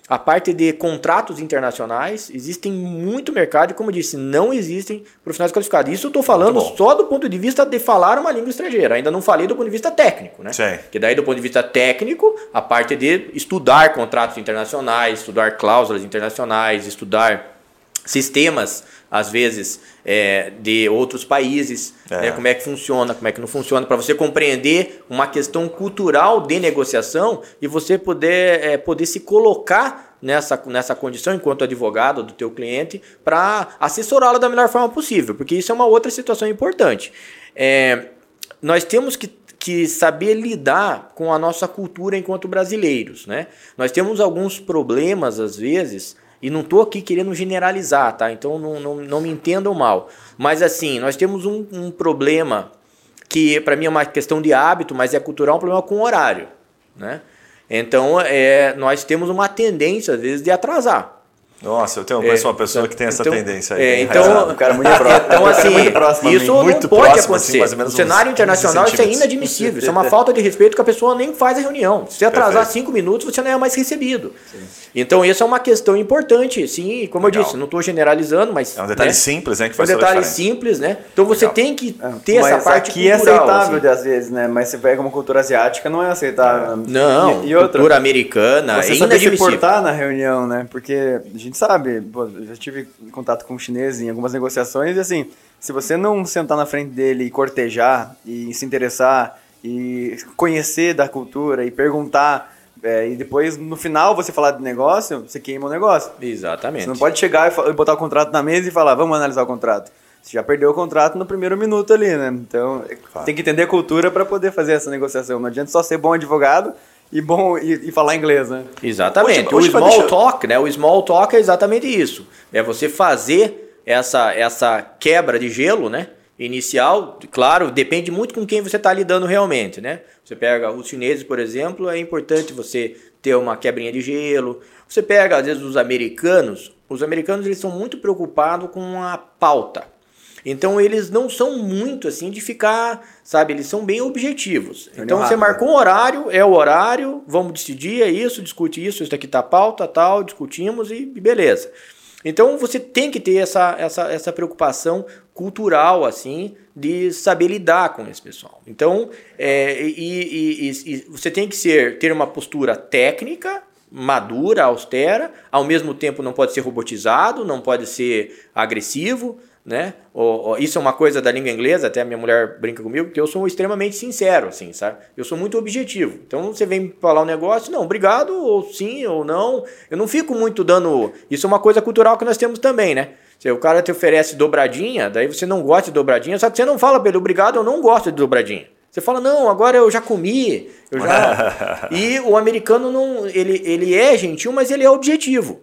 a parte de contratos internacionais, existem muito mercado e, como eu disse, não existem profissionais qualificados. Isso eu estou falando só do ponto de vista de falar uma língua estrangeira. Ainda não falei do ponto de vista técnico, né? Sim. Que daí, do ponto de vista técnico, a parte de estudar contratos internacionais, estudar cláusulas internacionais, estudar sistemas, às vezes, é, de outros países, é. né, como é que funciona, como é que não funciona, para você compreender uma questão cultural de negociação e você poder, é, poder se colocar nessa, nessa condição, enquanto advogado do teu cliente, para assessorá-lo da melhor forma possível, porque isso é uma outra situação importante. É, nós temos que que saber lidar com a nossa cultura enquanto brasileiros, né? Nós temos alguns problemas, às vezes, e não estou aqui querendo generalizar, tá? Então não, não, não me entendam mal. Mas assim, nós temos um, um problema que para mim é uma questão de hábito, mas é cultural, um problema com o horário, né? Então é, nós temos uma tendência, às vezes, de atrasar. Nossa, eu tenho conheço uma pessoa que tem essa então, tendência aí. É, então, um cara muito próximo. Então, assim, muito próximo isso não muito pode próximo, acontecer. assim, mais ou menos no cenário internacional isso é inadmissível. Isso é uma falta de respeito que a pessoa nem faz a reunião. Se você atrasar Perfeito. cinco minutos, você não é mais recebido. Sim. Então, isso é uma questão importante. Sim, como Legal. eu disse, não estou generalizando, mas... É um detalhe né? simples, né? Que É um faz toda a detalhe diferença. simples, né? Então, você Legal. tem que É, ter essa mas parte aqui cultural. é aceitável, assim. às vezes, né? Mas você pega uma cultura asiática, não é aceitável. Não, e, e outra, cultura americana você é saber se inadmissível. portar na reunião, né? Porque a gente sabe, pô, eu já tive contato com um chinês em algumas negociações e assim, se você não sentar na frente dele e cortejar e se interessar e conhecer da cultura e perguntar é, e depois no final você falar de negócio, você queima o negócio. Exatamente. Você não pode chegar e botar o contrato na mesa e falar, vamos analisar o contrato. Você já perdeu o contrato no primeiro minuto ali, né? Então, claro. Tem que entender a cultura para poder fazer essa negociação. Não adianta só ser bom advogado e bom e, e falar inglês, né? Exatamente. Hoje, hoje o small deixar... talk, né? O small talk é exatamente isso. É você fazer essa, essa quebra de gelo, né? Inicial, claro, depende muito com quem você está lidando realmente, né? Você pega os chineses, por exemplo, é importante você ter uma quebrinha de gelo. Você pega, às vezes, os americanos. Os americanos, eles são muito preocupados com a pauta. Então, eles não são muito, assim, de ficar, sabe? Eles são bem objetivos. Então, você marcou um horário, é o horário, vamos decidir, é isso, discute isso, isso daqui tá pauta, tal, discutimos e beleza. Então, você tem que ter essa, essa, essa preocupação cultural, assim, de saber lidar com esse pessoal. Então, é, e, e, e, e você tem que ser, ter uma postura técnica, madura, austera, ao mesmo tempo não pode ser robotizado, não pode ser agressivo, né? Isso é uma coisa da língua inglesa, até a minha mulher brinca comigo, que eu sou extremamente sincero, assim, sabe? Eu sou muito objetivo. Então, você vem falar um negócio, não, obrigado, ou sim, ou não. Eu não fico muito dando... Isso é uma coisa cultural que nós temos também, né? Se o cara te oferece dobradinha, daí você não gosta de dobradinha, só que você não fala pra ele, obrigado, eu não gosto de dobradinha. Você fala, não, agora eu já comi, eu já... E o americano, não, ele, ele é gentil, mas ele é objetivo.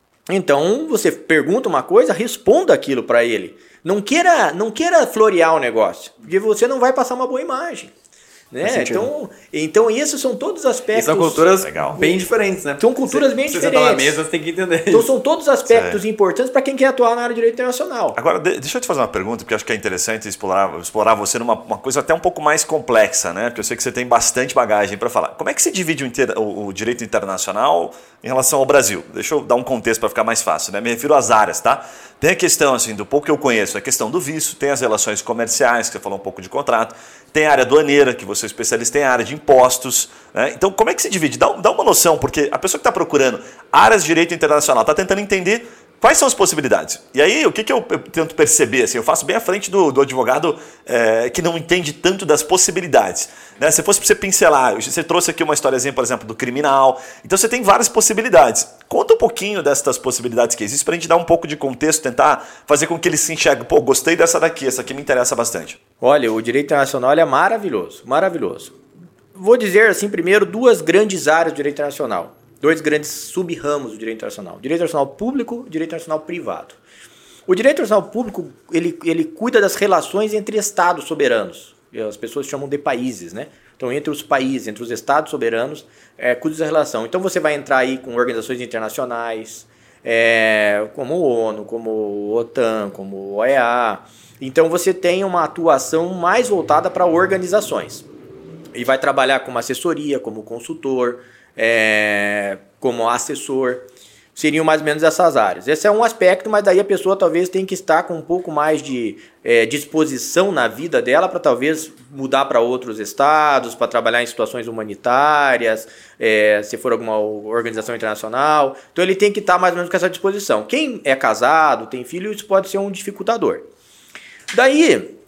Então, você pergunta uma coisa, responda aquilo para ele. Não queira, não queira florear o negócio, porque você não vai passar uma boa imagem. Né? Então, então, esses são todos aspectos... E são culturas legal. bem diferentes, né? São culturas bem você diferentes. Você tá na mesa, você tem que entender Então, isso. são todos aspectos Sim. importantes para quem quer atuar na área de direito internacional. Agora, deixa eu te fazer uma pergunta, porque eu acho que é interessante explorar, explorar você numa uma coisa até um pouco mais complexa, né? Porque eu sei que você tem bastante bagagem para falar. Como é que se divide o, inter, o, o direito internacional em relação ao Brasil? Deixa eu dar um contexto para ficar mais fácil, né? Me refiro às áreas, tá? Tem a questão, assim, do pouco que eu conheço, a questão do visto, tem as relações comerciais, que você falou um pouco de contrato, tem a área aduaneira, que você é especialista, tem a área de impostos, né? Então, como é que se divide? Dá, dá uma noção, porque a pessoa que está procurando áreas de direito internacional está tentando entender quais são as possibilidades. E aí, o que, que eu, eu tento perceber? Assim, eu faço bem à frente do, do advogado é, que não entende tanto das possibilidades. Né? Se fosse para você pincelar, você trouxe aqui uma historiazinha, por exemplo, do criminal. Então, você tem várias possibilidades. Conta um pouquinho dessas possibilidades que existem para a gente dar um pouco de contexto, tentar fazer com que ele se enxergue. Pô, gostei dessa daqui, essa aqui me interessa bastante. Olha, o direito internacional é maravilhoso, maravilhoso. Vou dizer, assim, primeiro, duas grandes áreas do direito internacional. Dois grandes sub-ramos do direito internacional. Direito internacional público e direito internacional privado. O direito internacional público, ele, ele cuida das relações entre estados soberanos. As pessoas chamam de países, né? Então, entre os países, entre os estados soberanos, é, cuida da relação. Então, você vai entrar aí com organizações internacionais, é, como a ONU, como a OTAN, como a O E A. Então, você tem uma atuação mais voltada para organizações. E vai trabalhar como assessoria, como consultor, É, como assessor. seriam mais ou menos essas áreas. Esse é um aspecto, mas daí a pessoa talvez tenha que estar com um pouco mais de é, disposição na vida dela para talvez mudar para outros estados, para trabalhar em situações humanitárias, é, se for alguma organização internacional. Então ele tem que estar mais ou menos com essa disposição. Quem é casado, tem filho, isso pode ser um dificultador. Daí,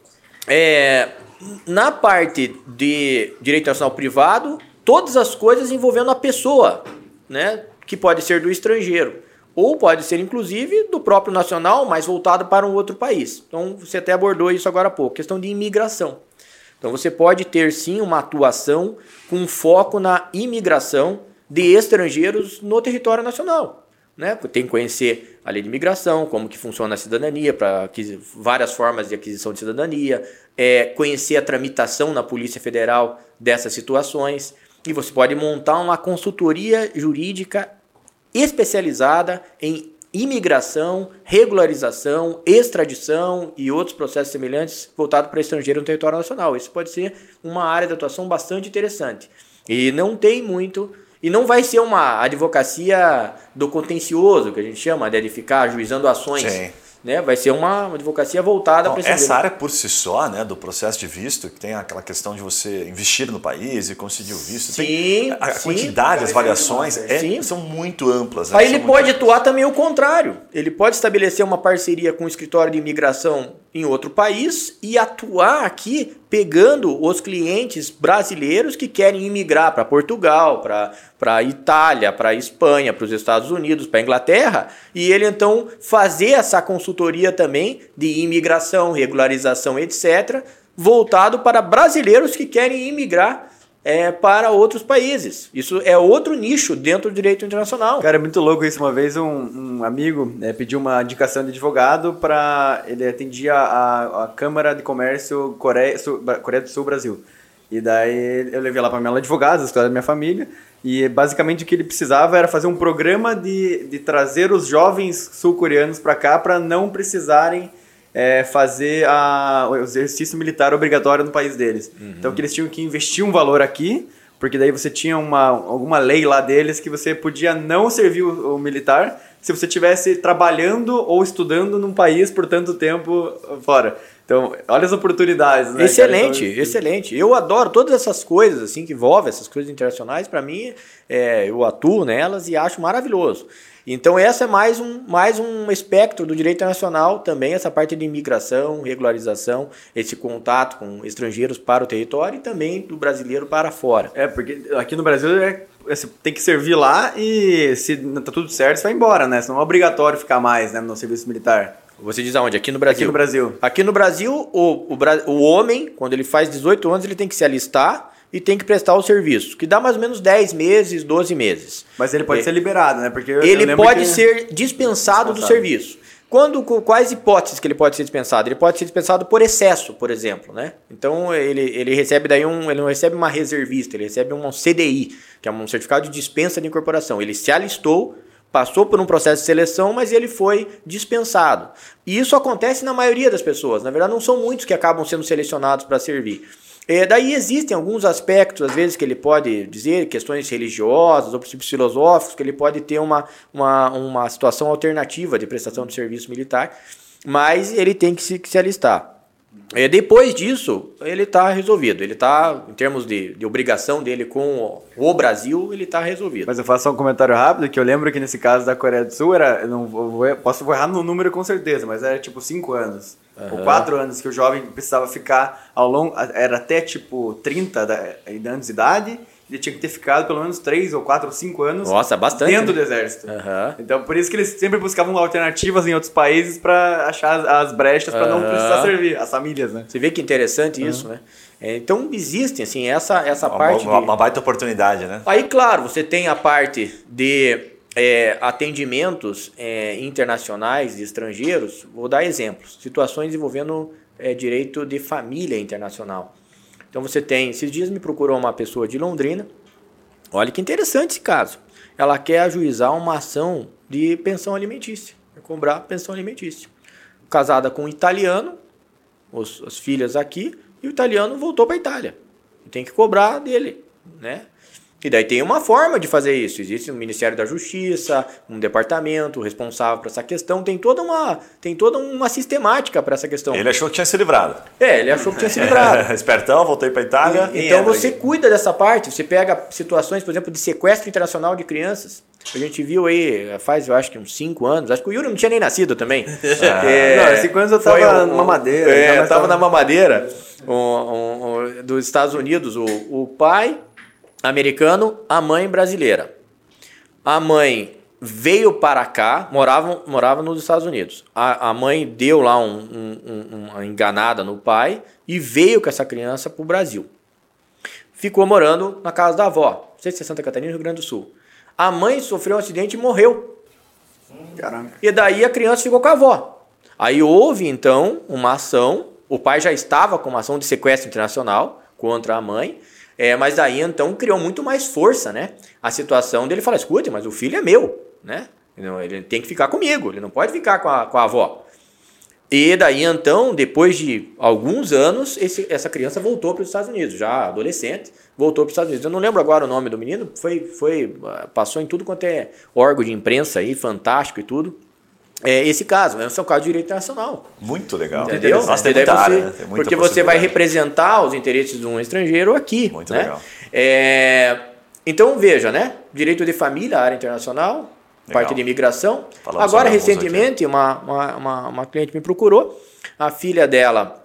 é, na parte de direito internacional privado, todas as coisas envolvendo a pessoa, né? Que pode ser do estrangeiro, ou pode ser, inclusive, do próprio nacional, mas voltado para um outro país. Então, você até abordou isso agora há pouco, questão de imigração. Então, você pode ter, sim, uma atuação com foco na imigração de estrangeiros no território nacional. Né? Tem que conhecer a lei de imigração, como que funciona a cidadania, para várias formas de aquisição de cidadania, é, conhecer a tramitação na Polícia Federal dessas situações, e você pode montar uma consultoria jurídica especializada em imigração, regularização, extradição e outros processos semelhantes voltados para estrangeiro no território nacional. Isso pode ser uma área de atuação bastante interessante. E não tem muito... E não vai ser uma advocacia do contencioso, que a gente chama, de ficar ajuizando ações. Sim. Né? Vai ser uma, uma advocacia voltada para esse essa área por si só, né, do processo de visto, que tem aquela questão de você investir no país e conseguir o visto. Sim, tem a sim, quantidade, as variações é, são muito amplas. Né? Aí ele pode amplas. atuar também o contrário. Ele pode estabelecer uma parceria com o escritório de imigração em outro país e atuar aqui pegando os clientes brasileiros que querem imigrar para Portugal, para para Itália, para Espanha, para os Estados Unidos, para Inglaterra, e ele então fazer essa consultoria também de imigração, regularização, etcétera, voltado para brasileiros que querem imigrar é, para outros países. Isso é outro nicho dentro do direito internacional. Cara, é muito louco isso. Uma vez um, um amigo é, pediu uma indicação de advogado para... Ele atendia a, a Câmara de Comércio Coreia, Sul, Coreia do Sul, Brasil. E daí eu levei lá para minha advogada, a história da minha família, e basicamente o que ele precisava era fazer um programa de, de trazer os jovens sul-coreanos para cá para não precisarem é, fazer a, o exercício militar obrigatório no país deles. Uhum. Então que eles tinham que investir um valor aqui, porque daí você tinha uma, alguma lei lá deles que você podia não servir o, o militar se você estivesse trabalhando ou estudando num país por tanto tempo fora. Então, olha as oportunidades, né? Excelente, então, excelente. Eu adoro todas essas coisas assim que envolvem essas coisas internacionais. Para mim, é, eu atuo nelas e acho maravilhoso. Então, essa é mais um, mais um espectro do direito internacional também, essa parte de imigração, regularização, esse contato com estrangeiros para o território e também do brasileiro para fora. É, porque aqui no Brasil é, você tem que servir lá e se tá tudo certo, você vai embora, né? Senão é obrigatório ficar mais, né, no serviço militar. Você diz aonde? Aqui no Brasil? Aqui no Brasil. Aqui no Brasil, o, o, o homem, quando ele faz dezoito anos, ele tem que se alistar e tem que prestar o serviço, que dá mais ou menos dez meses, doze meses. Mas ele pode é, ser liberado, né? Porque eu, ele eu pode que... ser dispensado, dispensado do serviço. Quando, quais hipóteses que ele pode ser dispensado? Ele pode ser dispensado por excesso, por exemplo, né? Então ele, ele recebe daí um, ele não recebe uma reservista, ele recebe um C D I, que é um certificado de dispensa de incorporação. Ele se alistou, passou por um processo de seleção, mas ele foi dispensado. E isso acontece na maioria das pessoas. Na verdade, não são muitos que acabam sendo selecionados para servir. É, daí existem alguns aspectos, às vezes, que ele pode dizer, questões religiosas ou princípios filosóficos, que ele pode ter uma, uma, uma situação alternativa de prestação de serviço militar, mas ele tem que se, que se alistar. É, depois disso, ele está resolvido. Ele está, em termos de, de obrigação dele com o, o Brasil, ele está resolvido. Mas eu faço só um comentário rápido, que eu lembro que nesse caso da Coreia do Sul, era, eu não vou, posso errar no número com certeza, mas era tipo cinco anos. Uhum. Ou quatro anos que o jovem precisava ficar ao longo, era até tipo trinta anos de idade, ele tinha que ter ficado pelo menos três ou quatro ou cinco anos. Nossa, bastante, dentro né? do exército. Uhum. Então, por isso que eles sempre buscavam alternativas em outros países para achar as, as brechas para uhum. não precisar servir, as famílias, né? Você vê que interessante uhum. isso, né? É, então, existem, assim, essa, essa uma, parte... Uma, de... uma baita oportunidade, né? Aí, claro, você tem a parte de é, atendimentos é, internacionais de estrangeiros. Vou dar exemplos. Situações envolvendo é, direito de família internacional. Então, você tem... Esses dias me procurou uma pessoa de Londrina. Olha que interessante esse caso. Ela quer ajuizar uma ação de pensão alimentícia. Quer cobrar pensão alimentícia. Casada com um italiano, os, as filhas aqui, e o italiano voltou para a Itália. Tem que cobrar dele, né? E daí tem uma forma de fazer isso. Existe um Ministério da Justiça, um departamento responsável por essa questão. Tem toda uma, tem toda uma sistemática para essa questão. Ele achou que tinha se livrado. É, ele achou que tinha se livrado. Espertão, voltei para Itália. E, então você aqui. cuida dessa parte. Você pega situações, por exemplo, de sequestro internacional de crianças. A gente viu aí faz, eu acho que uns cinco anos. Acho que o Yuri não tinha nem nascido também. Ah. É, não, cinco anos eu tava um, na mamadeira. É, eu tava na mamadeira um, um, um, dos Estados Unidos. O, o pai... americano, a mãe brasileira. A mãe veio para cá, morava, morava nos Estados Unidos. A, a mãe deu lá um, um, uma enganada no pai e veio com essa criança para o Brasil. Ficou morando na casa da avó, não sei se é Santa Catarina, Rio Grande do Sul. A mãe sofreu um acidente e morreu. Caramba. E daí a criança ficou com a avó. Aí houve então uma ação, o pai já estava com uma ação de sequestro internacional contra a mãe. É, mas daí, então, criou muito mais força, né? A situação dele fala, escute, mas o filho é meu, né? Ele tem que ficar comigo, ele não pode ficar com a, com a avó. E daí, então, depois de alguns anos, esse, essa criança voltou para os Estados Unidos, já adolescente, voltou para os Estados Unidos. Eu não lembro agora o nome do menino, foi, foi, passou em tudo quanto é órgão de imprensa aí, fantástico e tudo. É esse caso, esse é um caso de direito internacional. Muito legal. Entendeu? Nossa, tem muita você, área, né? Tem muita porque você vai representar os interesses de um estrangeiro aqui. Muito né? legal. É, então, veja, né? Direito de família, área internacional, legal. Parte de imigração. Falamos Agora, recentemente, uma, uma, uma, uma cliente me procurou. A filha dela,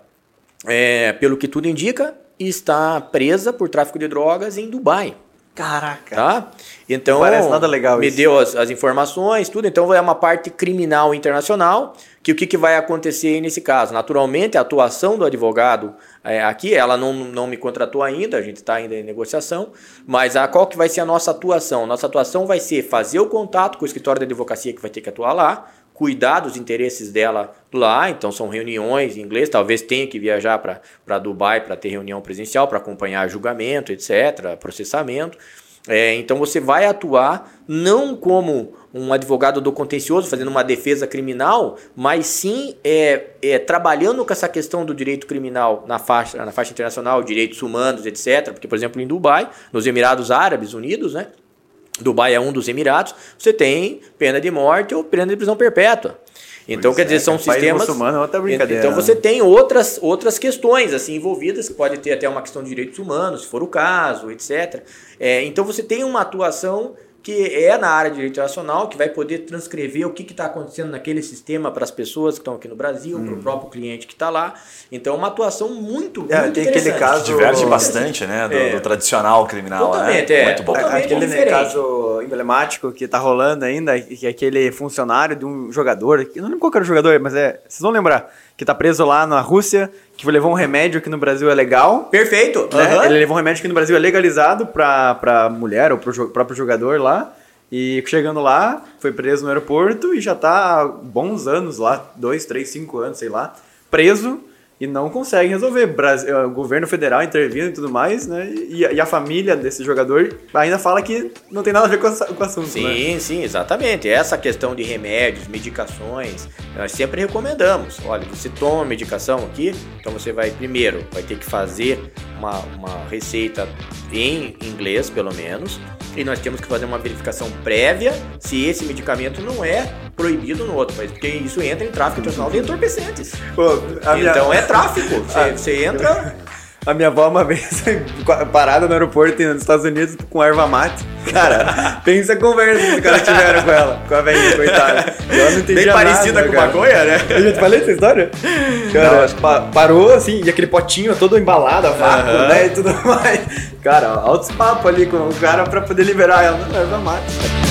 é, pelo que tudo indica, está presa por tráfico de drogas em Dubai. Caraca. Tá? Então, não parece nada legal me isso. deu as, as informações, tudo. Então, é uma parte criminal internacional. Que o que, que vai acontecer nesse caso? Naturalmente, a atuação do advogado é, aqui, ela não, não me contratou ainda, a gente está ainda em negociação, mas a, qual que vai ser a nossa atuação? Nossa atuação vai ser fazer o contato com o escritório de advocacia que vai ter que atuar lá, cuidar dos interesses dela lá, então são reuniões em inglês, talvez tenha que viajar para Dubai para ter reunião presencial, para acompanhar julgamento, etcétera, processamento. É, então você vai atuar não como um advogado do contencioso fazendo uma defesa criminal, mas sim é, é, trabalhando com essa questão do direito criminal na faixa, na faixa internacional, direitos humanos, etcétera. Porque, por exemplo, em Dubai, nos Emirados Árabes Unidos, né? Dubai é um dos Emirados, você tem pena de morte ou pena de prisão perpétua. Então, pois quer dizer, é, são sistemas... muçulmano é outra brincadeira. Então, você tem outras, outras questões assim envolvidas, que pode ter até uma questão de direitos humanos, se for o caso, etcétera. É, então, você tem uma atuação que é na área de direito internacional, que vai poder transcrever o que está acontecendo naquele sistema para as pessoas que estão aqui no Brasil, hum. para o próprio cliente que está lá. Então, é uma atuação muito, é, muito tem interessante. Aquele caso... Diverge bastante, né? Do, é. do tradicional criminal. Totalmente, né? é. Muito bom. Totalmente aquele diferente. caso emblemático que está rolando ainda, que é aquele funcionário de um jogador, eu não lembro qual era o jogador, mas é, vocês vão lembrar, que está preso lá na Rússia, que levou um remédio que no Brasil é legal. Perfeito. Né? Uhum. Ele levou um remédio que no Brasil é legalizado para a mulher ou para o próprio jogador lá. E chegando lá, foi preso no aeroporto e já tá há bons anos lá, dois, três, cinco anos, sei lá, preso e não consegue resolver. Brasil, o governo federal intervindo e tudo mais, né? E, e a família desse jogador ainda fala que não tem nada a ver com, essa, com o assunto, sim, né? Sim, exatamente. Essa questão de remédios, medicações, nós sempre recomendamos. Olha, você toma medicação aqui, então você vai, primeiro, vai ter que fazer uma, uma receita em inglês, pelo menos. E nós temos que fazer uma verificação prévia se esse medicamento não é proibido no outro país, porque isso entra em tráfico internacional de entorpecentes. Pô, então minha... é tráfico. Você, você entra... A minha avó uma vez parada no aeroporto nos Estados Unidos com erva mate. Cara, pensa a conversa que os caras tiveram com ela, com a velhinha, coitada. Ela não entendia bem parecida nada, com cara. maconha, né? Eu já te falei essa história? Cara, não, acho que pa- parou assim, e aquele potinho todo embalado, a vácuo, uhum. né, e tudo mais. Cara, altos papos ali com o cara pra poder liberar ela. Não, erva mate.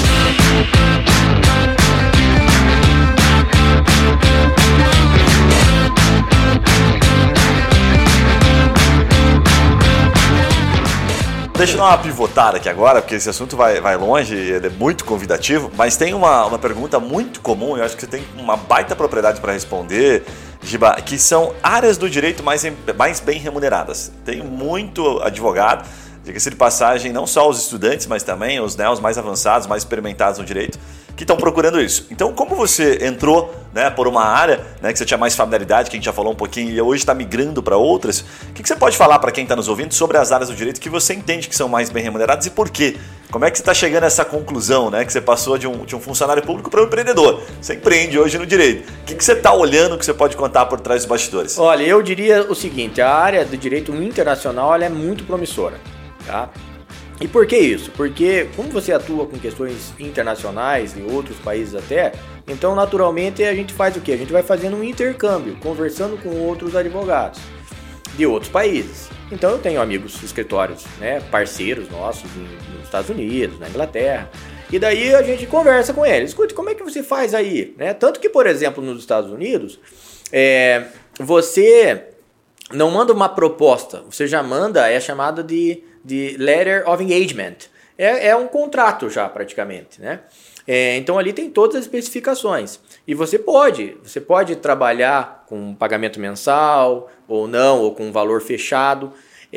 Deixa eu dar uma pivotada aqui agora, porque esse assunto vai, vai longe, ele é muito convidativo, mas tem uma, uma pergunta muito comum, eu acho que você tem uma baita propriedade para responder, Giba, que são áreas do direito mais, mais bem remuneradas. Tem muito advogado, diga-se de passagem, não só os estudantes, mas também os, né, os mais avançados, mais experimentados no direito, que estão procurando isso. Então, como você entrou, né, por uma área, né, que você tinha mais familiaridade, que a gente já falou um pouquinho, e hoje está migrando para outras, o que, que você pode falar para quem está nos ouvindo sobre as áreas do direito que você entende que são mais bem remuneradas e por quê? Como é que você está chegando a essa conclusão, né, que você passou de um, de um funcionário público para um empreendedor? Você empreende hoje no direito. O que, que você está olhando que você pode contar por trás dos bastidores? Olha, eu diria o seguinte, a área do direito internacional ela é muito promissora, tá? E por que isso? Porque como você atua com questões internacionais em outros países até, então naturalmente a gente faz o quê? A gente vai fazendo um intercâmbio, conversando com outros advogados de outros países. Então eu tenho amigos, escritórios, né, parceiros nossos nos Estados Unidos, na Inglaterra, e daí a gente conversa com eles. Escute, como é que você faz aí? Né? Tanto que, por exemplo, nos Estados Unidos, é, você não manda uma proposta, você já manda, é chamada de, de Letter of Engagement. É, é um contrato já, praticamente, né? É, então ali tem todas as especificações. E você pode, você pode trabalhar com pagamento mensal, ou não, ou com valor fechado.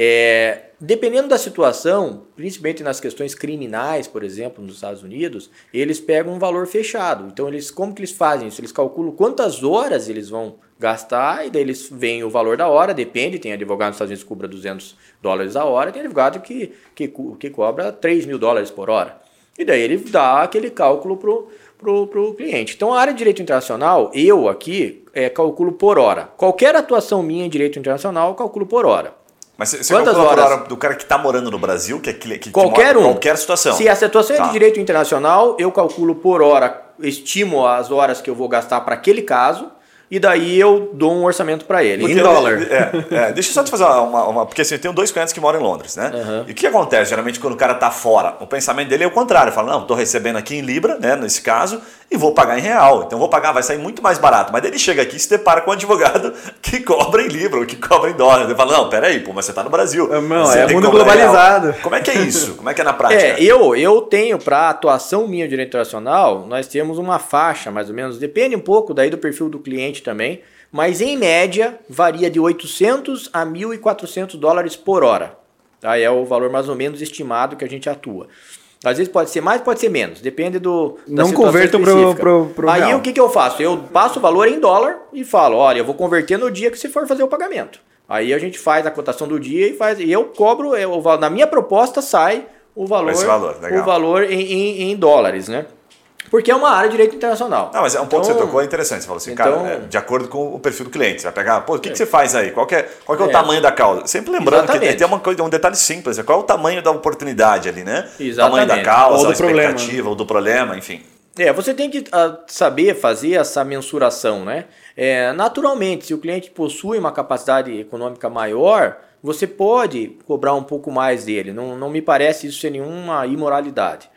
É, dependendo da situação, principalmente nas questões criminais, por exemplo, nos Estados Unidos, eles pegam um valor fechado. Então, eles, como que eles fazem isso? Eles calculam quantas horas eles vão gastar e daí eles veem o valor da hora, depende, tem advogado nos Estados Unidos que cobra duzentos dólares a hora, tem advogado que, que, que cobra três mil dólares por hora. E daí ele dá aquele cálculo pro, pro, pro cliente. Então, a área de direito internacional, eu aqui é, calculo por hora. Qualquer atuação minha em direito internacional, eu calculo por hora. Mas você calcula por hora do cara que está morando no Brasil, que, é, que, qualquer que mora, um. Qualquer situação. Se a situação tá. é de direito internacional, eu calculo por hora, estimo as horas que eu vou gastar para aquele caso, e daí eu dou um orçamento para ele, porque em dólar. É, é, deixa eu só te fazer uma, uma... Porque assim, eu tenho dois clientes que moram em Londres, né? Uhum. E o que acontece? Geralmente quando o cara tá fora, o pensamento dele é o contrário. Fala, não, tô recebendo aqui em Libra, né, nesse caso, e vou pagar em real. Então vou pagar, vai sair muito mais barato. Mas daí ele chega aqui e se depara com um advogado que cobra em Libra, ou que cobra em dólar. Ele fala, não, peraí, pô, mas você tá no Brasil. Não, é mundo globalizado. Real. Como é que é isso? Como é que é na prática? É, eu, eu tenho, para atuação minha de direito internacional, nós temos uma faixa, mais ou menos, depende um pouco daí do perfil do cliente também, mas em média varia de oitocentos a mil e quatrocentos dólares por hora. Tá? É o valor mais ou menos estimado que a gente atua. Às vezes pode ser mais, pode ser menos, depende do da Não convertam pro, pro, pro Aí real. o que, que eu faço? Eu passo o valor em dólar e falo, olha, eu vou converter no dia que você for fazer o pagamento. Aí a gente faz a cotação do dia e faz, e eu cobro, eu, na minha proposta sai o valor, Esse valor, legal. o valor em, em, em dólares, né? Porque é uma área de direito internacional. Não, mas é um ponto então, que você tocou é interessante. Você falou assim, então, cara, é, de acordo com o perfil do cliente. Você vai pegar, pô, o que, que você faz aí? Qual que é, qual que é o É. tamanho da causa? Sempre lembrando Exatamente. que tem uma coisa, um detalhe simples, é qual é o tamanho da oportunidade ali, né? O Exatamente. tamanho da causa, Ou do a expectativa, problema. ou do problema, enfim. É, você tem que ah, saber fazer essa mensuração, né? É, naturalmente, se o cliente possui uma capacidade econômica maior, você pode cobrar um pouco mais dele. Não, não me parece isso ser nenhuma imoralidade.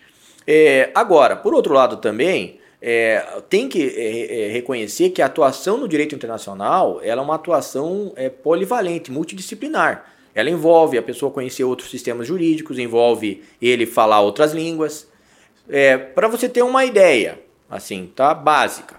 É, agora, por outro lado também, é, tem que é, é, reconhecer que a atuação no direito internacional ela é uma atuação é, polivalente, multidisciplinar. Ela envolve a pessoa conhecer outros sistemas jurídicos, envolve ele falar outras línguas. É, para você ter uma ideia, assim, tá, básica,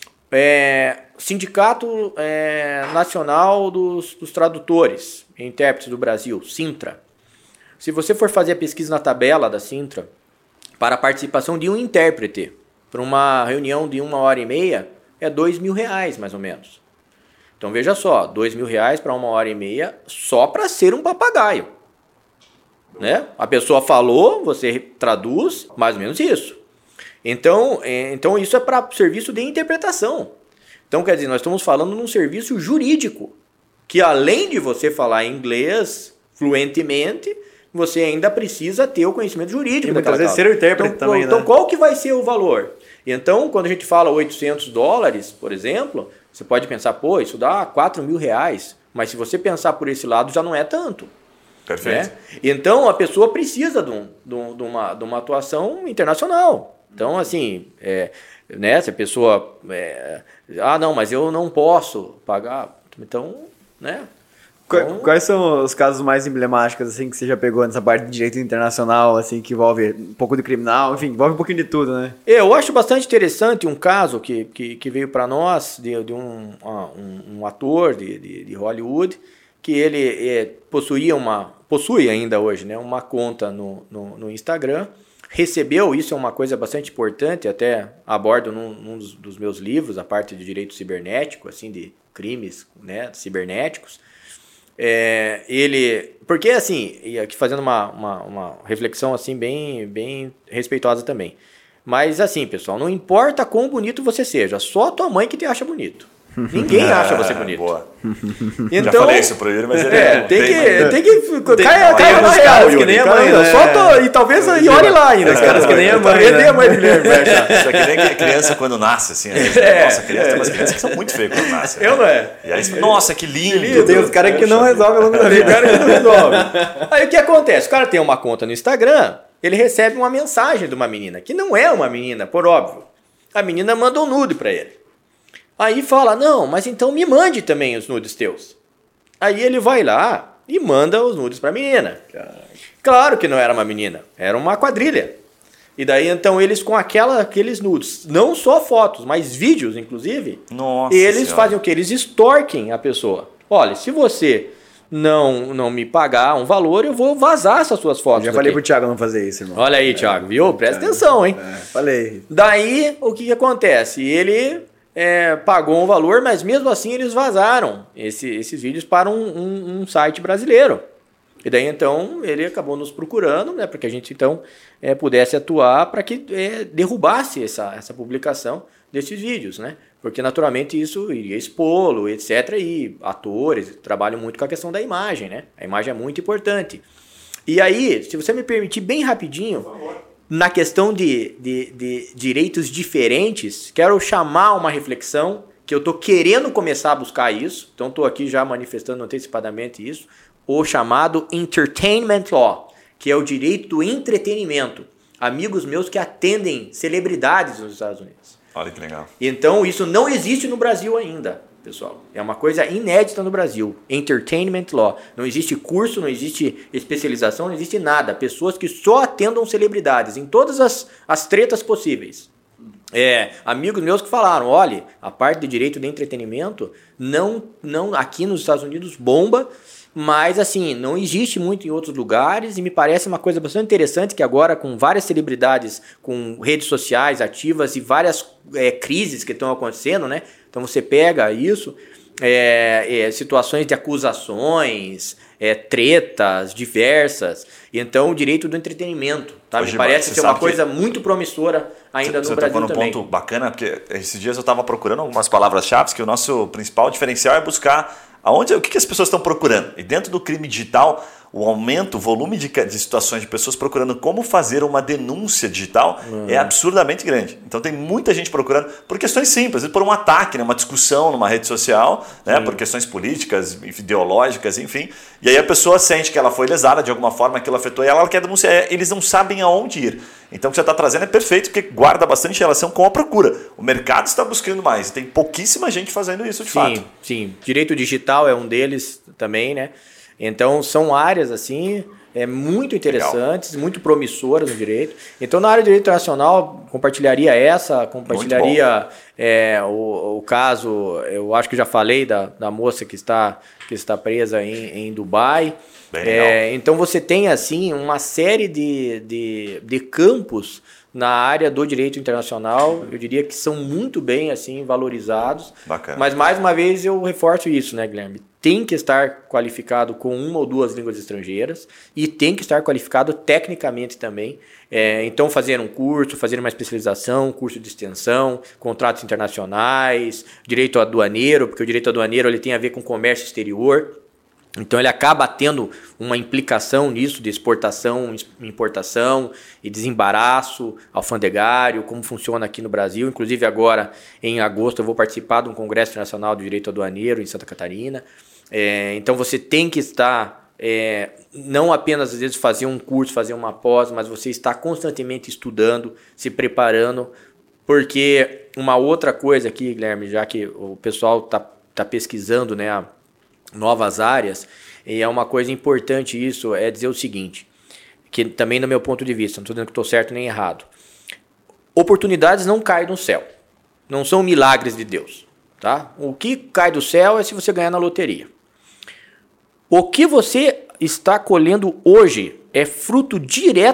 é, Sindicato é, Nacional dos, dos Tradutores e Intérpretes do Brasil, Sintra. Se você for fazer a pesquisa na tabela da Sintra, para a participação de um intérprete, para uma reunião de uma hora e meia, é dois mil reais, mais ou menos. Então veja só, dois mil reais para uma hora e meia só para ser um papagaio. Né? A pessoa falou, você traduz, mais ou menos isso. Então, é, então isso é para serviço de interpretação. Então, quer dizer, nós estamos falando num serviço jurídico, que além de você falar inglês fluentemente, você ainda precisa ter o conhecimento jurídico. E muitas daquela vezes causa. ser o intérprete então, também, então, né? qual que vai ser o valor? Então, quando a gente fala oitocentos dólares, por exemplo, você pode pensar, pô, isso dá quatro mil reais. Mas se você pensar por esse lado, já não é tanto. Perfeito. Né? Então, a pessoa precisa de, um, de, um, de, uma, de uma atuação internacional. Então, assim, é, né, se a pessoa... É, ah, não, mas eu não posso pagar. Então, né... Então, Quais são os casos mais emblemáticos assim, que você já pegou nessa parte de direito internacional, assim, que envolve um pouco de criminal, enfim, envolve um pouquinho de tudo, né? eu acho bastante interessante um caso que, que, que veio para nós de, de um, um, um ator de, de, de Hollywood, que ele é, possuía uma, possui ainda hoje, né, uma conta no, no, no Instagram, recebeu, isso é uma coisa bastante importante, até abordo num, num dos, dos meus livros, a parte de direito cibernético, assim, de crimes, né, cibernéticos. É, ele, porque assim, e aqui fazendo uma, uma, uma reflexão assim bem, bem respeitosa também. Mas assim, pessoal, não importa quão bonito você seja, só a tua mãe que te acha bonito. Ninguém acha você bonito. Boa. Então, já falei isso pro Yuri, mas ele é, não tem, tem, que, mas... tem que tem, caia, caia na real, que nem a mãe, cara, né? só tô, e talvez e olhe lá ainda, Os cara, caras que nem a mãe, talvez né? nem a mãe do Guilherme vai achar. Isso é que nem criança quando nasce, assim. Né? É, nossa, criança, é. tem umas crianças que são muito feias quando nascem. Eu né? não é. E aí, nossa, que lindo. Tem os caras que não Poxa resolvem ao longo da Tem vida. cara que não resolve. Aí o que acontece? O cara tem uma conta no Instagram, ele recebe uma mensagem de uma menina, que não é uma menina, por óbvio. A menina manda um nude pra ele. Aí fala, não, mas então me mande também os nudes teus. Aí ele vai lá e manda os nudes pra menina. Caraca. Claro que não era uma menina, era uma quadrilha. E daí então eles com aquela, aqueles nudes, não só fotos, mas vídeos inclusive, Nossa eles senhora. fazem o que? Eles extorquem a pessoa. Olha, se você não, não me pagar um valor, eu vou vazar essas suas fotos. Já falei aqui. pro Thiago não fazer isso, irmão. Olha aí, Thiago, viu? Presta atenção, hein? É, falei. Daí, o que, que acontece? Ele é, pagou um valor, mas mesmo assim eles vazaram esse, esses vídeos para um, um, um site brasileiro. E daí, então, ele acabou nos procurando, né, para que a gente, então, é, pudesse atuar para que é, derrubasse essa, essa publicação desses vídeos, né? Porque, naturalmente, isso iria expô-lo, etcétera. E atores trabalham muito com a questão da imagem, né? A imagem é muito importante. E aí, se você me permitir bem rapidinho, na questão de, de, de direitos diferentes, quero chamar uma reflexão que eu estou querendo começar a buscar isso, então estou aqui já manifestando antecipadamente isso, o chamado Entertainment Law, que é o direito do entretenimento. Amigos meus que atendem celebridades nos Estados Unidos. Olha que legal. Então isso não existe no Brasil ainda, pessoal. É uma coisa inédita no Brasil. Entertainment Law. Não existe curso, não existe especialização, não existe nada. Pessoas que só atendam celebridades em todas as, as tretas possíveis. É, amigos meus que falaram, olha, a parte de direito de entretenimento não, não aqui nos Estados Unidos bomba, mas assim, não existe muito em outros lugares e me parece uma coisa bastante interessante que agora com várias celebridades, com redes sociais ativas e várias é, crises que estão acontecendo, né? Então você pega isso, é, é, situações de acusações, é, tretas diversas, e então o direito do entretenimento, tá? Hoje, me parece ser uma coisa que... muito promissora ainda você, no você Brasil tocou num também. ponto bacana, porque esses dias eu estava procurando algumas palavras-chave, que o nosso principal diferencial é buscar aonde, o que, que as pessoas estão procurando. E dentro do crime digital, o aumento, o volume de, de situações de pessoas procurando como fazer uma denúncia digital uhum. é absurdamente grande. Então tem muita gente procurando por questões simples, por um ataque, né, uma discussão numa rede social, né, por questões políticas, ideológicas, enfim. E aí a pessoa sente que ela foi lesada de alguma forma, aquilo afetou ela, ela quer denunciar, eles não sabem aonde ir. Então o que você está trazendo é perfeito, porque guarda bastante relação com a procura. O mercado está buscando mais, tem pouquíssima gente fazendo isso de sim, fato. Sim, direito digital é um deles também, né? Então são áreas assim é, muito interessantes, Legal. muito promissoras no direito. Então na área de direito internacional compartilharia essa, compartilharia é, o, o caso, eu acho que já falei da, da moça que está, que está presa em, em Dubai. É, então você tem assim uma série de, de, de campos na área do direito internacional, eu diria que são muito bem assim valorizados. Bacana. Mas mais uma vez eu reforço isso, né, Guilherme? Tem que estar qualificado com uma ou duas línguas estrangeiras e tem que estar qualificado tecnicamente também. É, então fazer um curso, fazer uma especialização, curso de extensão, contratos internacionais, direito aduaneiro, porque o direito aduaneiro ele tem a ver com comércio exterior. Então ele acaba tendo uma implicação nisso de exportação, importação e desembaraço alfandegário, como funciona aqui no Brasil. Inclusive agora, em agosto, eu vou participar de um Congresso Internacional de Direito Aduaneiro em Santa Catarina. É, então você tem que estar, é, não apenas às vezes fazer um curso, fazer uma pós, mas você está constantemente estudando, se preparando, porque uma outra coisa aqui, Guilherme, já que o pessoal está tá pesquisando, né, a novas áreas, e é uma coisa importante isso, é dizer o seguinte, que também no meu ponto de vista, não estou dizendo que estou certo nem errado, oportunidades não caem do céu, não são milagres de Deus, tá? O que cai do céu é se você ganhar na loteria. O que você está colhendo hoje é fruto direto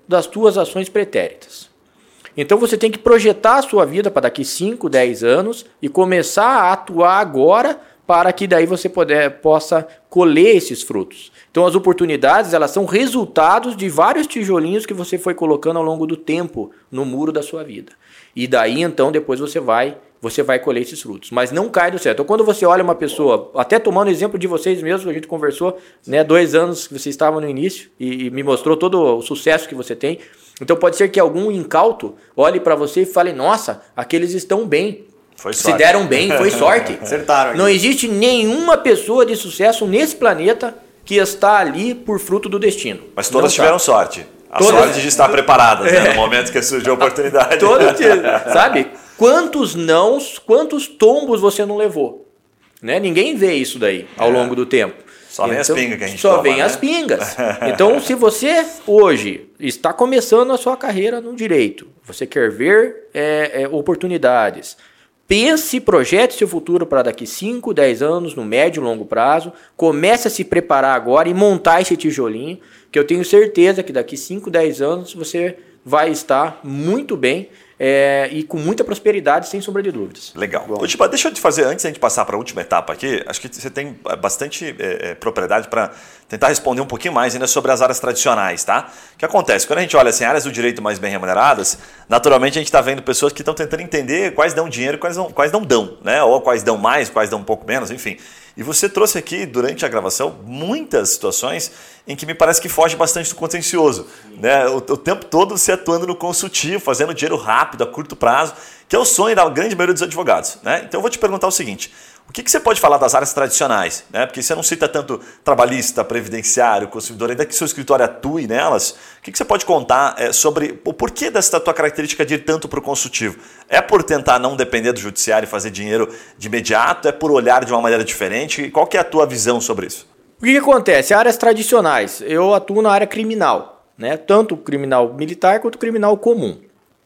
das tuas ações pretéritas. Então você tem que projetar a sua vida para daqui cinco, dez anos e começar a atuar agora para que daí você puder, possa colher esses frutos. Então as oportunidades, elas são resultados de vários tijolinhos que você foi colocando ao longo do tempo no muro da sua vida. E daí então depois você vai, você vai colher esses frutos. Mas não cai do céu. Então quando você olha uma pessoa, até tomando o exemplo de vocês mesmos, a gente conversou, né, dois anos que vocês estavam no início e, e me mostrou todo o sucesso que você tem. Então pode ser que algum incauto olhe para você e fale, nossa, aqueles estão bem. Foi sorte. Se deram bem, foi sorte. Acertaram aqui. Não existe nenhuma pessoa de sucesso nesse planeta que está ali por fruto do destino. Mas todas Não tiveram tá. sorte. A Todas... sorte de estar preparadas, né, no momento que surgiu a oportunidade. Todas, sabe? Quantos nãos, quantos tombos você não levou? Né? Ninguém vê isso daí ao é. longo do tempo. Só vem então, as pingas que a gente Só toma, vem né? as pingas. Então, se você hoje está começando a sua carreira no direito, você quer ver é, é, oportunidades, pense, projete seu futuro para daqui cinco, dez anos, no médio e longo prazo, comece a se preparar agora e montar esse tijolinho, que eu tenho certeza que daqui cinco, dez anos você vai estar muito bem é, e com muita prosperidade, sem sombra de dúvidas. Legal. Ô, Giba, deixa eu te fazer, antes da gente passar para a última etapa aqui, acho que você tem bastante é, propriedade para tentar responder um pouquinho mais ainda sobre as áreas tradicionais, tá? O que acontece? Quando a gente olha assim, áreas do direito mais bem remuneradas, naturalmente a gente está vendo pessoas que estão tentando entender quais dão dinheiro e quais não, quais não dão, né? Ou quais dão mais, quais dão um pouco menos, enfim. E você trouxe aqui, durante a gravação, muitas situações em que me parece que foge bastante do contencioso. Né? O, o tempo todo você atuando no consultivo, fazendo dinheiro rápido, a curto prazo, que é o sonho da grande maioria dos advogados. Né? Então eu vou te perguntar o seguinte, o que, que você pode falar das áreas tradicionais? Né? Porque você não cita tanto trabalhista, previdenciário, consumidor, ainda que seu escritório atue nelas, o que, que você pode contar é, sobre o porquê dessa tua característica de ir tanto para o consultivo? É por tentar não depender do judiciário e fazer dinheiro de imediato? É por olhar de uma maneira diferente? Qual que é a tua visão sobre isso? O que, que acontece? Áreas tradicionais. Eu atuo na área criminal, né? Tanto criminal militar quanto criminal comum.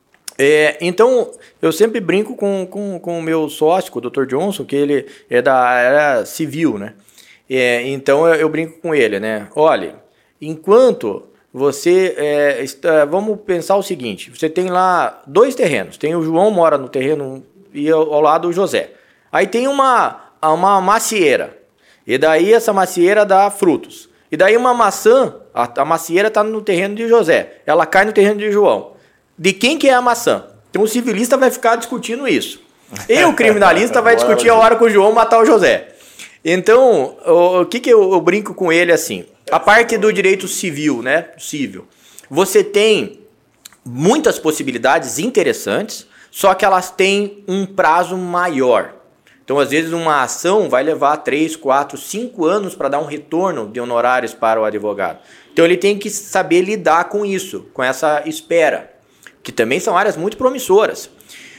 É, então, eu sempre brinco com, com, com o meu sócio, com o doutor Johnson, que ele é da área civil, né? É, então, eu, eu brinco com ele, né? Olha, enquanto você... É, está, vamos pensar o seguinte, você tem lá dois terrenos. Tem o João, mora no terreno, e ao, ao lado o José. Aí tem uma, uma macieira. E daí essa macieira dá frutos. E daí uma maçã, a, a macieira está no terreno de José. Ela cai no terreno de João. De quem que é a maçã? Então o civilista vai ficar discutindo isso. E o criminalista vai discutir a hora que o João matar o José. Então, o, o que, que eu, eu brinco com ele assim? A parte do direito civil, né? Civil. Você tem muitas possibilidades interessantes, só que elas têm um prazo maior. Então, às vezes, uma ação vai levar três, quatro, cinco anos para dar um retorno de honorários para o advogado. Então, ele tem que saber lidar com isso, com essa espera, que também são áreas muito promissoras.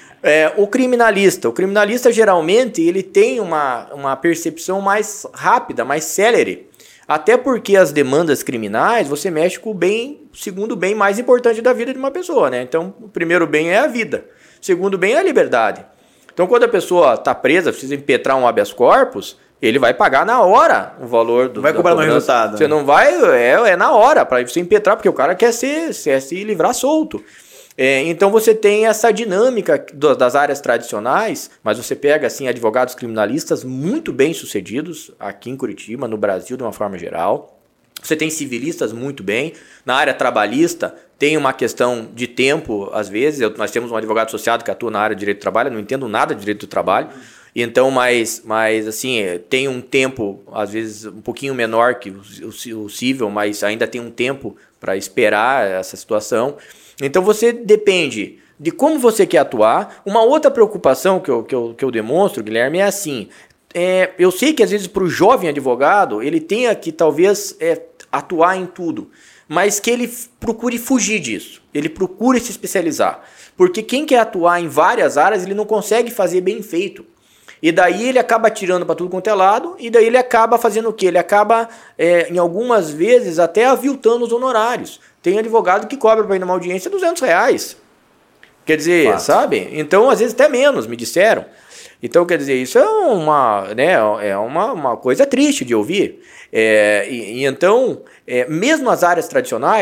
É, o criminalista, o criminalista geralmente ele tem uma, uma percepção mais rápida, mais célere, até porque as demandas criminais você mexe com o bem, o segundo bem mais importante da vida de uma pessoa, né? Então, o primeiro bem é a vida, o segundo bem é a liberdade. Então, quando a pessoa está presa, precisa impetrar um habeas corpus, ele vai pagar na hora o valor do... Vai cobrar no resultado. Você não vai... É, é na hora para você impetrar, porque o cara quer se, quer se livrar solto. É, então, você tem essa dinâmica do, das áreas tradicionais, mas você pega, assim, advogados criminalistas muito bem sucedidos aqui em Curitiba, no Brasil, de uma forma geral. Você tem civilistas muito bem. Na área trabalhista, tem uma questão de tempo, às vezes. Eu, nós temos um advogado associado que atua na área de direito do trabalho. Eu não entendo nada de direito do trabalho. Então, mas, mas assim, tem um tempo, às vezes, um pouquinho menor que o, o, o cível, mas ainda tem um tempo para esperar essa situação. Então, você depende de como você quer atuar. Uma outra preocupação que eu, que eu, que eu demonstro, Guilherme, é assim... É, eu sei que às vezes para o jovem advogado ele tenha que talvez é, atuar em tudo, mas que ele procure fugir disso, ele procure se especializar, porque quem quer atuar em várias áreas ele não consegue fazer bem feito, e daí ele acaba tirando para tudo quanto é lado, e daí ele acaba fazendo o quê? Ele acaba é, em algumas vezes até aviltando os honorários. Tem advogado que cobra para ir numa audiência duzentos reais, quer dizer, Fato. sabe? Então às vezes até menos, me disseram. Então, quer dizer, isso é uma, né, é uma, uma coisa triste de ouvir. É, e, e então, é, mesmo as áreas tradicionais,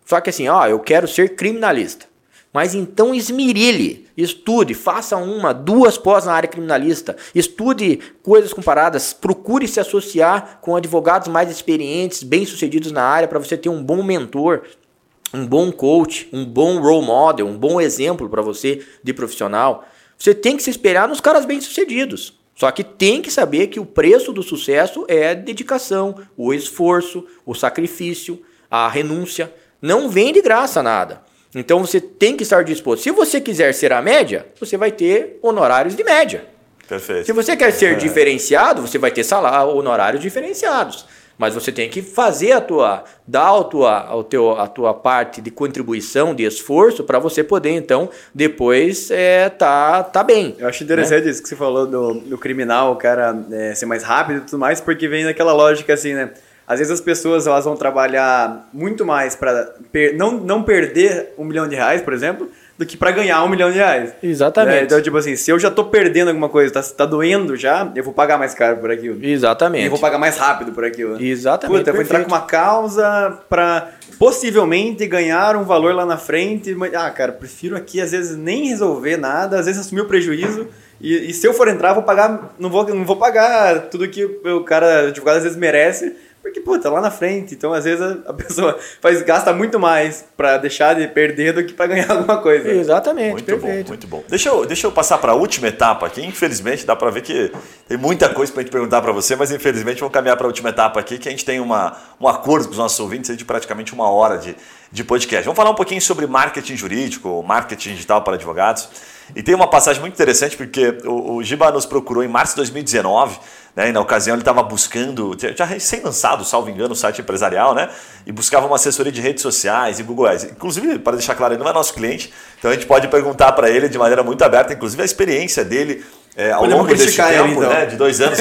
Só que assim, ó, eu quero ser criminalista. Mas então esmerilhe, estude, faça uma, duas pós na área criminalista, estude coisas comparadas, procure se associar com advogados mais experientes, bem-sucedidos na área, para você ter um bom mentor, um bom coach, um bom role model, um bom exemplo para você de profissional. Você tem que se espelhar nos caras bem-sucedidos. Só que tem que saber que o preço do sucesso é a dedicação, o esforço, o sacrifício, a renúncia. Não vem de graça nada. Então você tem que estar disposto. Se você quiser ser a média, você vai ter honorários de média. Perfeito. Se você quer ser é. diferenciado, você vai ter salário, honorários diferenciados. Mas você tem que fazer a tua, dar a tua, a teu, a tua parte de contribuição, de esforço, para você poder, então, depois é, tá, tá bem. Eu acho interessante, né, isso que você falou do, do criminal, o cara é, ser mais rápido e tudo mais, porque vem daquela lógica assim, né? Às vezes as pessoas elas vão trabalhar muito mais para per- não, não perder um milhão de reais, por exemplo, do que para ganhar um milhão de reais. Exatamente. Né? Então, tipo assim, se eu já tô perdendo alguma coisa, tá, tá doendo já, eu vou pagar mais caro por aquilo. Exatamente. E eu vou pagar mais rápido por aquilo. Exatamente. Puta, eu vou entrar com uma causa para possivelmente ganhar um valor lá na frente. Mas, ah, cara, prefiro aqui às vezes nem resolver nada, às vezes assumir o prejuízo. E, e se eu for entrar, eu vou pagar, não vou, não vou pagar tudo que o cara, advogado, às vezes merece. Porque, pô, tá lá na frente. Então, às vezes, a pessoa faz, gasta muito mais pra deixar de perder do que pra ganhar alguma coisa. Exatamente, muito perfeito. bom, muito bom. Deixa eu, deixa eu passar para a última etapa aqui. Infelizmente, dá pra ver que tem muita coisa pra gente perguntar pra você, mas infelizmente vamos caminhar para a última etapa aqui, que a gente tem uma, um acordo com os nossos ouvintes de praticamente uma hora de, de podcast. Vamos falar um pouquinho sobre marketing jurídico, marketing digital para advogados. E tem uma passagem muito interessante, porque o, o Giba nos procurou em março de dois mil e dezenove, né, e na ocasião ele estava buscando, já recém-lançado, salvo engano, o site empresarial, né, e buscava uma assessoria de redes sociais e Google Ads. Inclusive, para deixar claro, ele não é nosso cliente, então a gente pode perguntar para ele de maneira muito aberta, inclusive a experiência dele é, ao Podemos longo desse tempo, ele, então. né, de dois anos.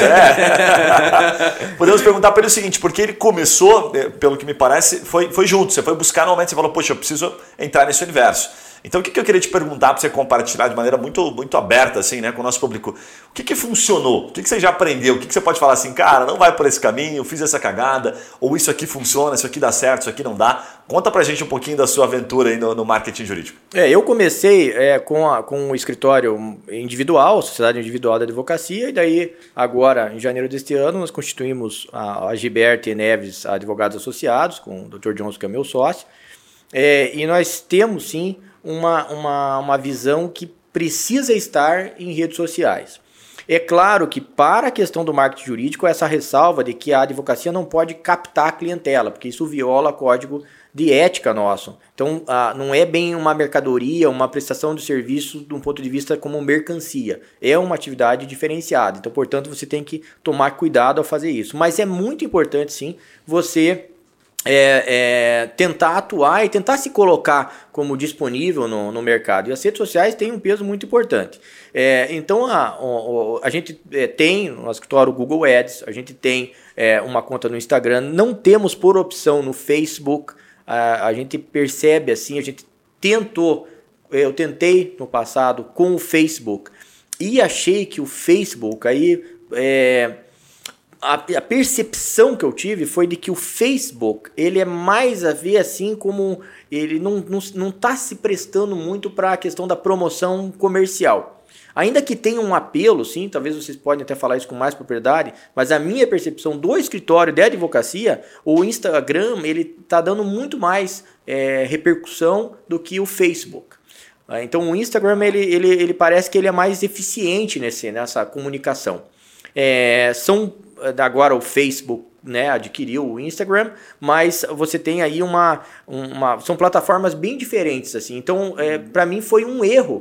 É. Podemos perguntar para ele o seguinte, porque ele começou, pelo que me parece, foi, foi junto, você foi buscar no momento, você falou, poxa, eu preciso entrar nesse universo. Então, o que eu queria te perguntar para você compartilhar de maneira muito, muito aberta assim, né, com o nosso público? O que, que funcionou? O que, que você já aprendeu? O que, que você pode falar assim, cara, não vai por esse caminho, eu fiz essa cagada, ou isso aqui funciona, isso aqui dá certo, isso aqui não dá. Conta pra gente um pouquinho da sua aventura aí no, no marketing jurídico. É, eu comecei é, com, a, com um escritório individual, Sociedade Individual da Advocacia, e daí, agora, em janeiro deste ano, nós constituímos a, a Gilberto Neves Advogados Associados, com o doutor Johnson, que é meu sócio, é, e nós temos, sim, Uma, uma, uma visão que precisa estar em redes sociais. É claro que para a questão do marketing jurídico, essa ressalva de que a advocacia não pode captar a clientela, porque isso viola o código de ética nosso. Então, ah, não é bem uma mercadoria, uma prestação de serviço de um ponto de vista como mercancia. É uma atividade diferenciada. Então, portanto, você tem que tomar cuidado ao fazer isso. Mas é muito importante, sim, você... É, é, tentar atuar e tentar se colocar como disponível no, no mercado. E as redes sociais têm um peso muito importante. É, então, a, a, a gente é, tem no escritório o Google Ads, a gente tem é, uma conta no Instagram, não temos por opção no Facebook, a, a gente percebe assim, a gente tentou, eu tentei no passado com o Facebook e achei que o Facebook aí... É, A, a percepção que eu tive foi de que o Facebook, ele é mais a ver assim como ele não está não, não tá se prestando muito para a questão da promoção comercial. Ainda que tenha um apelo, sim, talvez vocês podem até falar isso com mais propriedade, mas a minha percepção do escritório de advocacia, o Instagram, ele está dando muito mais é, repercussão do que o Facebook. Então o Instagram, ele, ele, ele parece que ele é mais eficiente nesse, nessa comunicação. É, são agora o Facebook, né, adquiriu o Instagram, mas você tem aí uma, uma são plataformas bem diferentes assim. Então, é, para mim foi um erro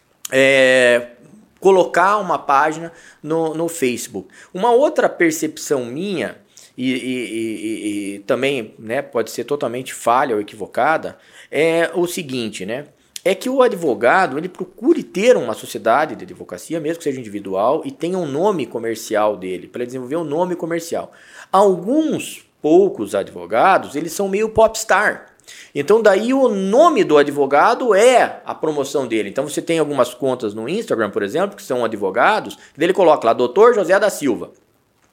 é, colocar uma página no, no Facebook. Uma outra percepção minha e, e, e, e também, né, pode ser totalmente falha ou equivocada, é o seguinte, né? É que o advogado, ele procure ter uma sociedade de advocacia, mesmo que seja individual, e tenha um nome comercial dele, para ele desenvolver um nome comercial. Alguns poucos advogados, eles são meio popstar. Então daí o nome do advogado é a promoção dele. Então você tem algumas contas no Instagram, por exemplo, que são advogados, e ele coloca lá, doutor José da Silva.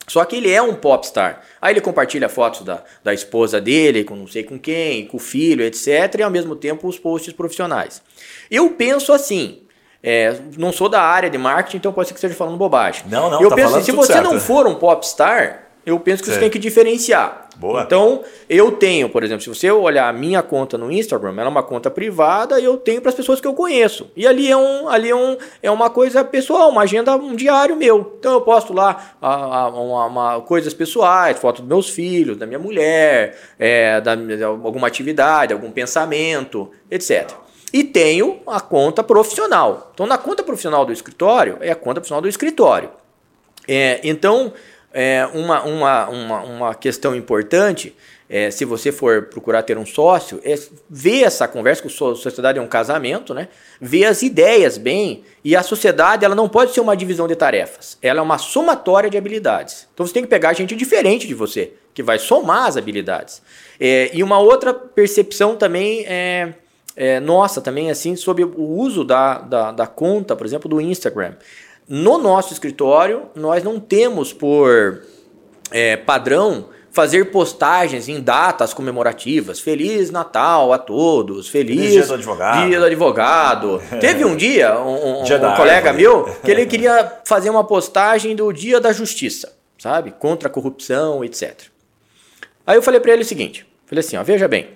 Só que ele é um popstar. Aí ele compartilha fotos da, da esposa dele, com não sei com quem, com o filho, etcétera. E ao mesmo tempo os posts profissionais. Eu penso assim, é, não sou da área de marketing, então pode ser que esteja falando bobagem. Não, não, eu tá penso falando assim, se tudo você certo. não for um popstar, eu penso que Sim. você tem que diferenciar. Boa. Então, eu tenho, por exemplo, se você olhar a minha conta no Instagram, ela é uma conta privada e eu tenho para as pessoas que eu conheço. E ali é, um, ali é, um, é uma coisa pessoal, uma agenda, um diário meu. Então eu posto lá a, a, uma, uma, coisas pessoais, fotos dos meus filhos, da minha mulher, é, da, de alguma atividade, algum pensamento, etcétera. E tenho a conta profissional. Então, na conta profissional do escritório, é a conta profissional do escritório. É, então... É uma, uma, uma, uma questão importante, é, se você for procurar ter um sócio, é ver essa conversa, que a sociedade é um casamento, né? Ver as ideias bem, e a sociedade ela não pode ser uma divisão de tarefas, ela é uma somatória de habilidades. Então você tem que pegar gente diferente de você, que vai somar as habilidades. É, e uma outra percepção também é, é nossa, também assim, sobre o uso da, da, da conta, por exemplo, do Instagram. No nosso escritório, nós não temos por é, padrão fazer postagens em datas comemorativas. Feliz Natal a todos, feliz, feliz dia do advogado. Dia do advogado. Teve um dia, um, dia um colega meu, que ele queria fazer uma postagem do Dia da Justiça, sabe? Contra a corrupção, etcétera. Aí eu falei para ele o seguinte, falei assim, ó, veja bem,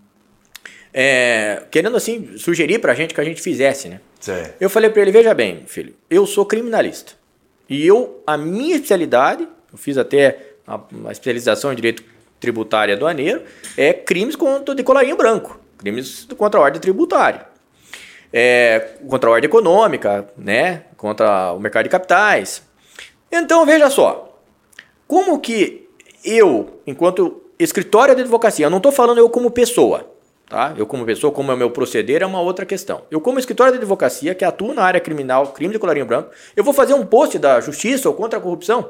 é, querendo assim sugerir pra gente que a gente fizesse, né? Sim. Eu falei para ele, veja bem, filho, eu sou criminalista. E eu, a minha especialidade, eu fiz até a, uma especialização em direito tributário e aduaneiro, é crimes contra, de colarinho branco, crimes contra a ordem tributária, é, contra a ordem econômica, né, contra o mercado de capitais. Então, veja só, como que eu, enquanto escritório de advocacia, eu não estou falando eu como pessoa, tá? Eu como pessoa, como é o meu proceder, é uma outra questão. Eu como escritório de advocacia, que atua na área criminal, crime de colarinho branco, eu vou fazer um post da justiça ou contra a corrupção?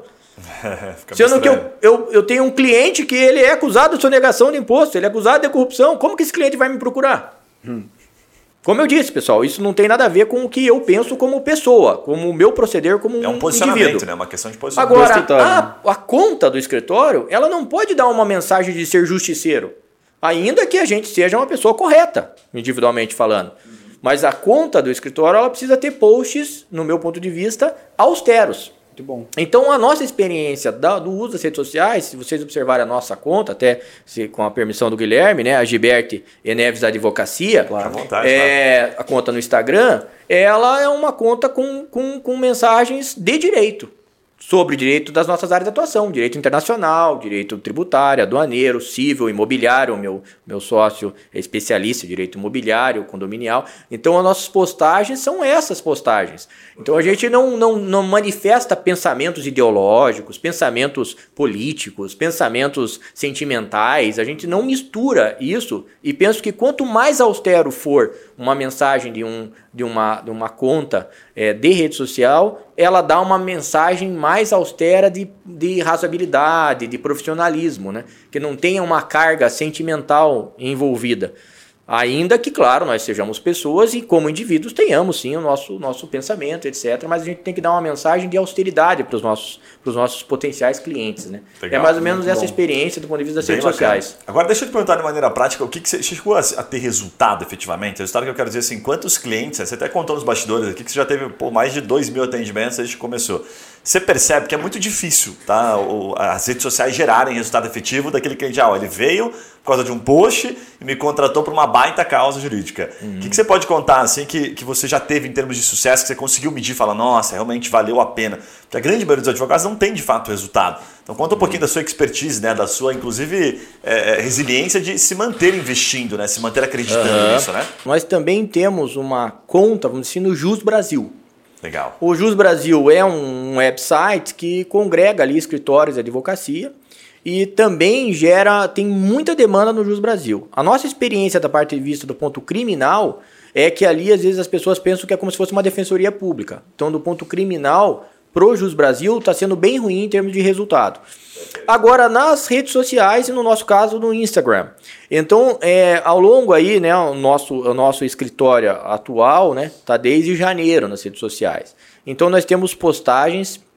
Sendo que eu, eu, eu tenho um cliente que ele é acusado de sonegação de imposto, ele é acusado de corrupção, como que esse cliente vai me procurar? Hum. Como eu disse, pessoal, isso não tem nada a ver com o que eu penso como pessoa, como o meu proceder como um indivíduo. É um posicionamento, indivíduo. Né? Uma questão de posicionamento. Agora, a, a conta do escritório, ela não pode dar uma mensagem de ser justiceiro. Ainda que a gente seja uma pessoa correta, individualmente falando. Mas a conta do escritório, ela precisa ter posts, no meu ponto de vista, austeros. Muito bom. Então, a nossa experiência da, do uso das redes sociais, se vocês observarem a nossa conta, até se, com a permissão do Guilherme, né, a Gilberte E. Neves Advocacia, claro, à vontade, é, claro. A conta no Instagram, ela é uma conta com, com, com mensagens de direito. Sobre direito das nossas áreas de atuação, direito internacional, direito tributário, aduaneiro, civil, imobiliário, meu, meu sócio é especialista em direito imobiliário, condominial. Então as nossas postagens são essas postagens. Então a gente não, não, não manifesta pensamentos ideológicos, pensamentos políticos, pensamentos sentimentais, a gente não mistura isso e penso que quanto mais austero for uma mensagem de, um, de, uma, de uma conta é, de rede social, ela dá uma mensagem mais austera de, de razoabilidade, de profissionalismo, né? Que não tenha uma carga sentimental envolvida. Ainda que, claro, nós sejamos pessoas e como indivíduos tenhamos sim o nosso, nosso pensamento, etcétera. Mas a gente tem que dar uma mensagem de austeridade para os nossos, para os nossos potenciais clientes, né? Legal, é mais ou menos essa bom. experiência do ponto de vista das Bem redes bacana. sociais. Agora deixa eu te perguntar de maneira prática, o que, que você chegou a, a ter resultado efetivamente? Resultado que eu quero dizer assim, quantos clientes, você até contou nos bastidores aqui que você já teve pô, mais de dois mil atendimentos desde que começou. Você percebe que é muito difícil, tá? O, as redes sociais gerarem resultado efetivo daquele cliente, ah, ele veio por causa de um post e me contratou para uma baita causa jurídica. O uhum. que, que você pode contar assim que, que você já teve em termos de sucesso, que você conseguiu medir e falar, nossa, realmente valeu a pena? Porque a grande maioria dos advogados não tem de fato resultado. Então conta um pouquinho da sua expertise, né? Da sua, inclusive, é, resiliência de se manter investindo, né? Se manter acreditando uhum. nisso, né? Nós também temos uma conta, vamos dizer, no Jus Brasil. Legal. O Jus Brasil é um website que congrega ali escritórios de advocacia e também gera, tem muita demanda no Jus Brasil. A nossa experiência da parte de vista do ponto criminal é que ali às vezes as pessoas pensam que é como se fosse uma defensoria pública. Então do ponto criminal pro Jus Brasil está sendo bem ruim em termos de resultado. Agora nas redes sociais e no nosso caso no Instagram. Então é, ao longo aí, né, o nosso, o nosso escritório atual, né, tá desde janeiro nas redes sociais. Então nós temos postagens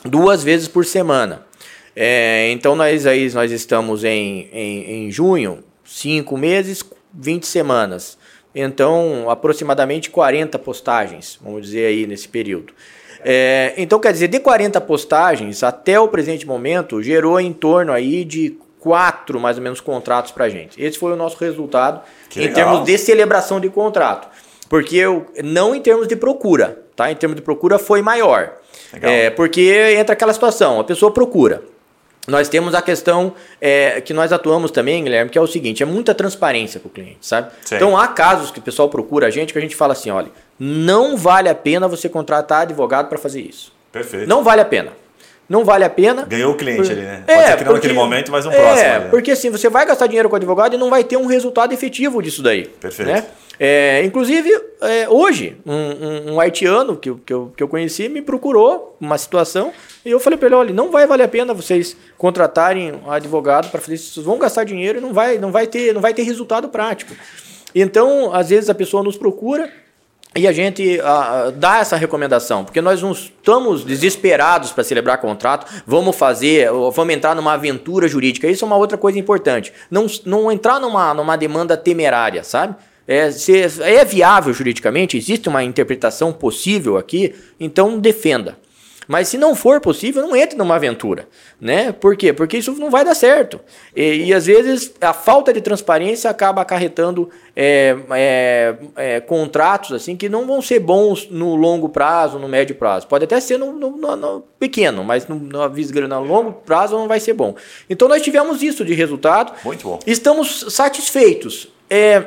duas vezes por semana. É, então nós, aí, nós estamos em, em, em junho, cinco meses, vinte semanas. Então, aproximadamente quarenta postagens, vamos dizer aí, nesse período. É, então, quer dizer, de quarenta postagens, até o presente momento, gerou em torno aí de quatro, mais ou menos, contratos para a gente. Esse foi o nosso resultado que em legal. Termos de celebração de contrato. Porque eu, não em termos de procura, tá? Em termos de procura foi maior. É, porque entra aquela situação, a pessoa procura. Nós temos a questão é, que nós atuamos também, Guilherme, que é o seguinte, é muita transparência com o cliente, sabe? Sim. Então há casos que o pessoal procura a gente que a gente fala assim, olha, não vale a pena você contratar advogado para fazer isso. Perfeito. Não vale a pena. Não vale a pena. Ganhou o cliente por... ali, né? Pode é, ser que não naquele momento, mas no é, próximo. É, porque assim, você vai gastar dinheiro com advogado e não vai ter um resultado efetivo disso daí. Perfeito. Né? É, inclusive, é, hoje, um, um, um haitiano que, que, eu, que eu conheci me procurou uma situação e eu falei para ele, olha, não vai valer a pena vocês contratarem um advogado para fazer isso, vocês vão gastar dinheiro e não vai, não vai ter, não vai ter resultado prático. Então, às vezes a pessoa nos procura e a gente uh, dá essa recomendação, porque nós não estamos desesperados para celebrar contrato, vamos fazer, vamos entrar numa aventura jurídica, isso é uma outra coisa importante, não, não entrar numa, numa demanda temerária, sabe? É, se é viável juridicamente, existe uma interpretação possível aqui, então defenda. Mas se não for possível, não entre numa aventura, né? Por quê? Porque isso não vai dar certo. E, e às vezes a falta de transparência acaba acarretando é, é, é, contratos assim que não vão ser bons no longo prazo, no médio prazo. Pode até ser no, no, no, no pequeno, mas no, no, no longo prazo não vai ser bom. Então nós tivemos isso de resultado. Muito bom. Estamos satisfeitos. É,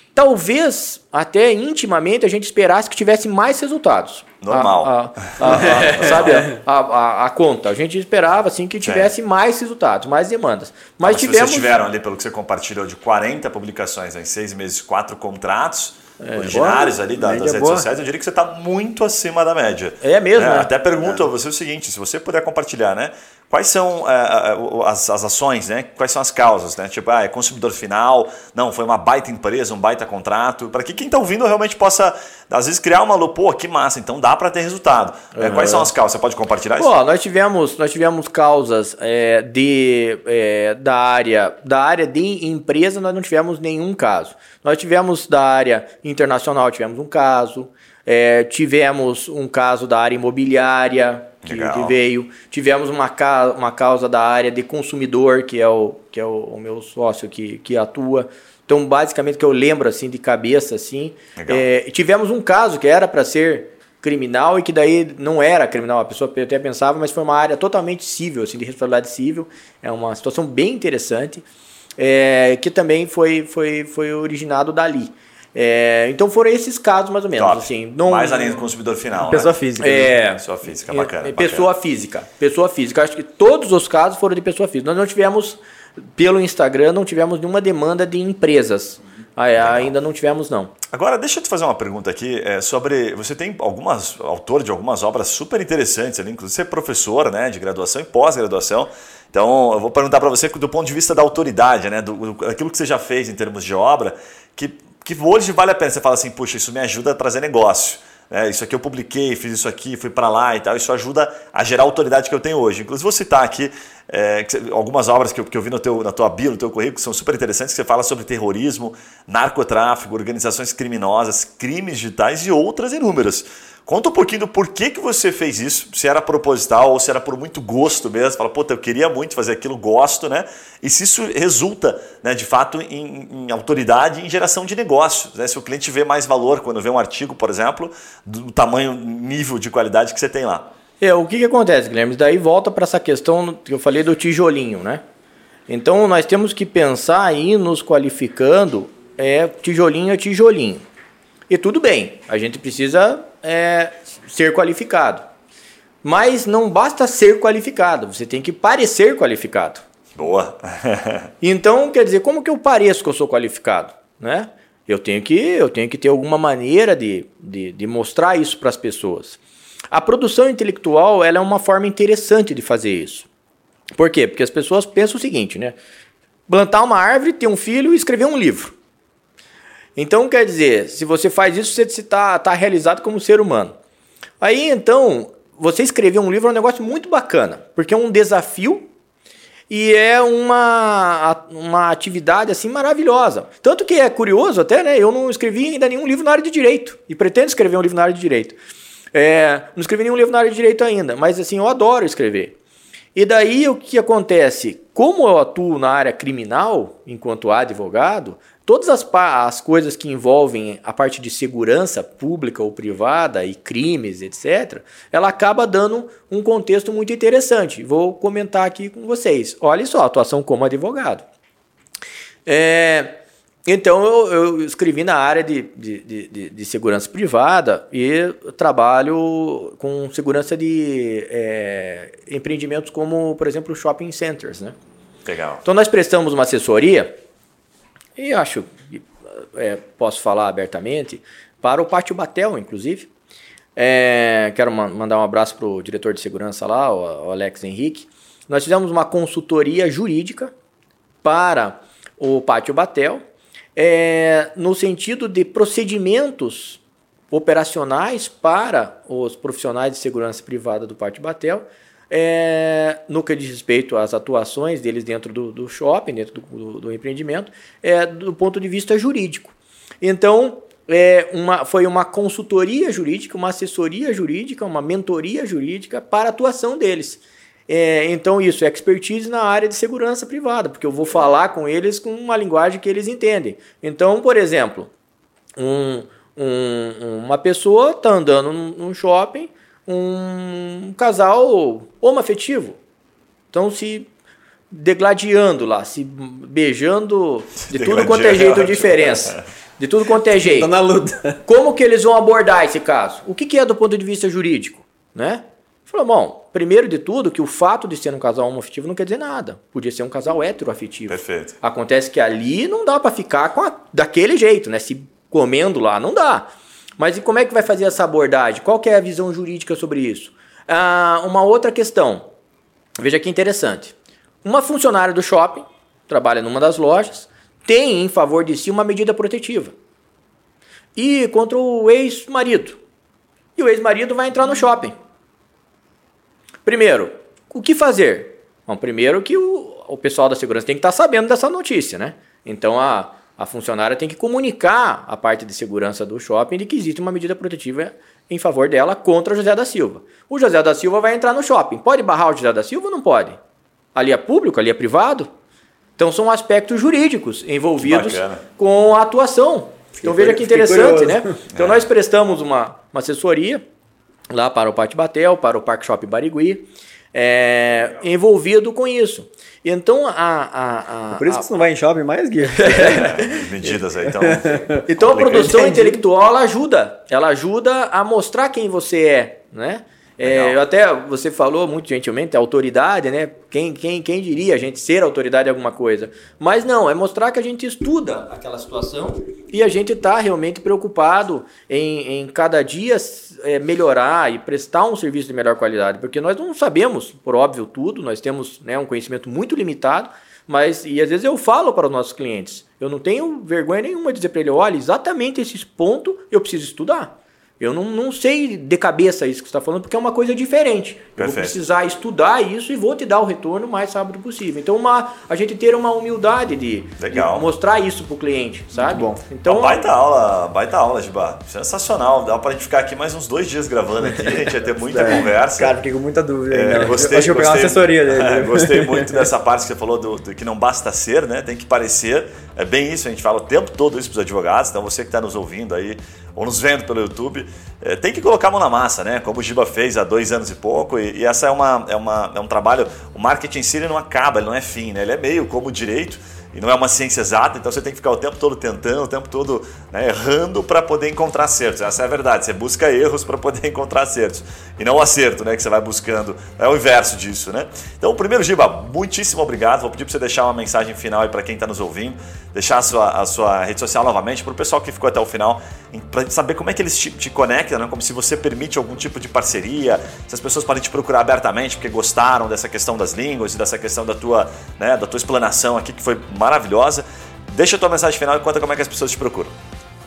talvez até intimamente a gente esperasse que tivesse mais resultados. Normal. A, a, a, a, sabe, a, a, a conta. A gente esperava assim, que tivesse é. mais resultados, mais demandas. Mas, Mas tivemos... se vocês tiveram ali, pelo que você compartilhou, de quarenta publicações em seis meses, quatro contratos é, originários boa, ali das, das redes boa. sociais, eu diria que você está muito acima da média. É mesmo. É, né? Até pergunto é. a você o seguinte, se você puder compartilhar, né? Quais são uh, as, as ações, né? Quais são as causas, né? Tipo, ah, é consumidor final, não, foi uma baita empresa, um baita contrato, para que quem está ouvindo realmente possa, às vezes, criar uma lupa, pô, que massa, então dá para ter resultado. Uhum. É, quais são as causas? Você pode compartilhar isso? Pô, nós tivemos, nós tivemos causas é, de, é, da, área, da área de empresa, nós não tivemos nenhum caso. Nós tivemos da área internacional, tivemos um caso, é, tivemos um caso da área imobiliária, Que, que veio. Tivemos uma, ca, uma causa da área de consumidor, que é o, que é o, o meu sócio que, que atua. Então, basicamente, que eu lembro assim de cabeça, assim. É, tivemos um caso que era para ser criminal e que daí não era criminal. A pessoa até pensava, mas foi uma área totalmente civil, assim, de responsabilidade civil. É uma situação bem interessante, é, que também foi, foi, foi originado dali. É, então foram esses casos mais ou menos. Assim, não, mais além do consumidor final. Pessoa né? física. É, pessoa física, bacana. É, pessoa bacana. física. Pessoa física. Acho que todos os casos foram de pessoa física. Nós não tivemos, pelo Instagram, não tivemos nenhuma demanda de empresas. Ah, ainda não tivemos, não. Agora, deixa eu te fazer uma pergunta aqui é, sobre... Você tem algumas, autor de algumas obras super interessantes ali, inclusive você é professor, né, de graduação e pós-graduação. Então, eu vou perguntar para você do ponto de vista da autoridade, né, do, do, daquilo que você já fez em termos de obra, que, que hoje vale a pena. Você fala assim, puxa, isso me ajuda a trazer negócio. É, isso aqui eu publiquei, fiz isso aqui, fui para lá e tal. Isso ajuda a gerar a autoridade que eu tenho hoje. Inclusive, vou citar aqui é, algumas obras que eu, que eu vi no teu, na tua bio, no teu currículo, que são super interessantes, que você fala sobre terrorismo, narcotráfico, organizações criminosas, crimes digitais e outras inúmeras. Conta um pouquinho do porquê que você fez isso, se era proposital ou se era por muito gosto mesmo. Fala, puta, eu queria muito fazer aquilo, gosto, né? E se isso resulta, né, de fato, em, em autoridade e em geração de negócios. Né? Se o cliente vê mais valor quando vê um artigo, por exemplo, do tamanho, nível de qualidade que você tem lá. É, o que, que acontece, Guilherme? Daí volta para essa questão que eu falei do tijolinho, né? Então, nós temos que pensar aí nos qualificando é, tijolinho a tijolinho. E tudo bem, a gente precisa é, ser qualificado. Mas não basta ser qualificado, você tem que parecer qualificado. Boa! Então, quer dizer, como que eu pareço que eu sou qualificado? Né? Eu, tenho que, eu tenho que ter alguma maneira de, de, de mostrar isso para as pessoas. A produção intelectual ela é uma forma interessante de fazer isso. Por quê? Porque as pessoas pensam o seguinte, né? Plantar uma árvore, ter um filho e escrever um livro. Então, quer dizer, se você faz isso, você está tá realizado como ser humano. Aí, então, você escrever um livro é um negócio muito bacana, porque é um desafio e é uma, uma atividade assim maravilhosa. Tanto que é curioso até, né? Eu não escrevi ainda nenhum livro na área de direito e pretendo escrever um livro na área de direito. É, não escrevi nenhum livro na área de direito ainda, mas assim, eu adoro escrever. E daí o que acontece? Como eu atuo na área criminal, enquanto advogado, todas as, as coisas que envolvem a parte de segurança pública ou privada e crimes, etcétera, ela acaba dando um contexto muito interessante. Vou comentar aqui com vocês. Olha só, atuação como advogado. É, então, eu, eu escrevi na área de, de, de, de segurança privada e trabalho com segurança de é, empreendimentos como, por exemplo, shopping centers, né? Legal. Então, nós prestamos uma assessoria, e acho que é, posso falar abertamente, para o Pátio Batel, inclusive. É, quero ma- mandar um abraço para o diretor de segurança lá, o, o Alex Henrique. Nós fizemos uma consultoria jurídica para o Pátio Batel, é, no sentido de procedimentos operacionais para os profissionais de segurança privada do Pátio Batel, É, no que diz respeito às atuações deles dentro do, do shopping, dentro do, do, do empreendimento, é, do ponto de vista jurídico. Então, é, uma, foi uma consultoria jurídica, uma assessoria jurídica, uma mentoria jurídica para a atuação deles. É, então, isso é expertise na área de segurança privada, porque eu vou falar com eles com uma linguagem que eles entendem. Então, por exemplo, um, um, uma pessoa está andando num, num shopping, um casal homoafetivo, então se degladiando lá, se beijando de tudo quanto é jeito de diferença, de tudo quanto é jeito. Tô na luta. Como que eles vão abordar esse caso? O que, que é do ponto de vista jurídico, né? Falou, bom, primeiro de tudo, que o fato de ser um casal homoafetivo não quer dizer nada. Podia ser um casal heteroafetivo. Perfeito. Acontece que ali não dá para ficar com a, daquele jeito, né? Se comendo lá, não dá. Mas e como é que vai fazer essa abordagem? Qual que é a visão jurídica sobre isso? Ah, uma outra questão. Veja que interessante. Uma funcionária do shopping, trabalha numa das lojas, tem em favor de si uma medida protetiva. E contra o ex-marido. E o ex-marido vai entrar no shopping. Primeiro, o que fazer? Bom, primeiro que o, o pessoal da segurança tem que estar sabendo dessa notícia, né? Então a... A funcionária tem que comunicar a parte de segurança do shopping de que existe uma medida protetiva em favor dela contra o José da Silva. O José da Silva vai entrar no shopping. Pode barrar o José da Silva ou não pode? Ali é público, ali é privado? Então são aspectos jurídicos envolvidos com a atuação. Então veja que interessante, né? Então nós prestamos uma, uma assessoria lá para o Pátio Batel, para o Parque Shopping Barigui, é, envolvido com isso. Então, a... a, a Por isso que você não vai em shopping mais, Gui? As medidas aí, então... Então, a produção intelectual, ela ajuda. Ela ajuda a mostrar quem você é, né? É, eu até, você falou muito gentilmente, a autoridade, né? Quem, quem, quem diria a gente ser autoridade em alguma coisa? Mas não, é mostrar que a gente estuda aquela situação e a gente está realmente preocupado em, em cada dia é, melhorar e prestar um serviço de melhor qualidade. Porque nós não sabemos, por óbvio, tudo, nós temos, né, um conhecimento muito limitado, mas e às vezes eu falo para os nossos clientes, eu não tenho vergonha nenhuma de dizer para ele, olha, exatamente esses pontos eu preciso estudar. Eu não, não sei de cabeça isso que você está falando, porque é uma coisa diferente. Eu Perfeito. vou precisar estudar isso e vou te dar o retorno o mais rápido possível. Então, uma, a gente ter uma humildade de, de mostrar isso para o cliente, sabe? Muito bom. Então, uma baita aula, baita aula, Giba. Sensacional. Dá pra gente ficar aqui mais uns dois dias gravando aqui. A gente vai ter muita é, conversa. Cara, fiquei com muita dúvida. É, né? gostei, eu acho que eu vou pegar uma assessoria dele. É, gostei muito dessa parte que você falou do, do que não basta ser, né? Tem que parecer. É bem isso, a gente fala o tempo todo isso para os advogados. Então, você que está nos ouvindo aí ou nos vendo pelo YouTube, é, tem que colocar a mão na massa, né? Como o Giba fez há dois anos e pouco. E, e essa é, uma, é, uma, é um trabalho... O marketing em si ele não acaba, ele não é fim, né? Ele é meio como o direito. E não é uma ciência exata, então você tem que ficar o tempo todo tentando, o tempo todo, né, errando para poder encontrar acertos. Essa é a verdade, você busca erros para poder encontrar acertos. E não o acerto, né, que você vai buscando. É o inverso disso, né? Então, primeiro, Giba, muitíssimo obrigado. Vou pedir para você deixar uma mensagem final aí para quem está nos ouvindo, deixar a sua, a sua rede social novamente, para o pessoal que ficou até o final, para saber como é que eles te, te conectam, né? Como se você permite algum tipo de parceria, se as pessoas podem te procurar abertamente porque gostaram dessa questão das línguas e dessa questão da tua, né, da tua explanação aqui, que foi maravilhosa. Deixa a tua mensagem final e conta como é que as pessoas te procuram.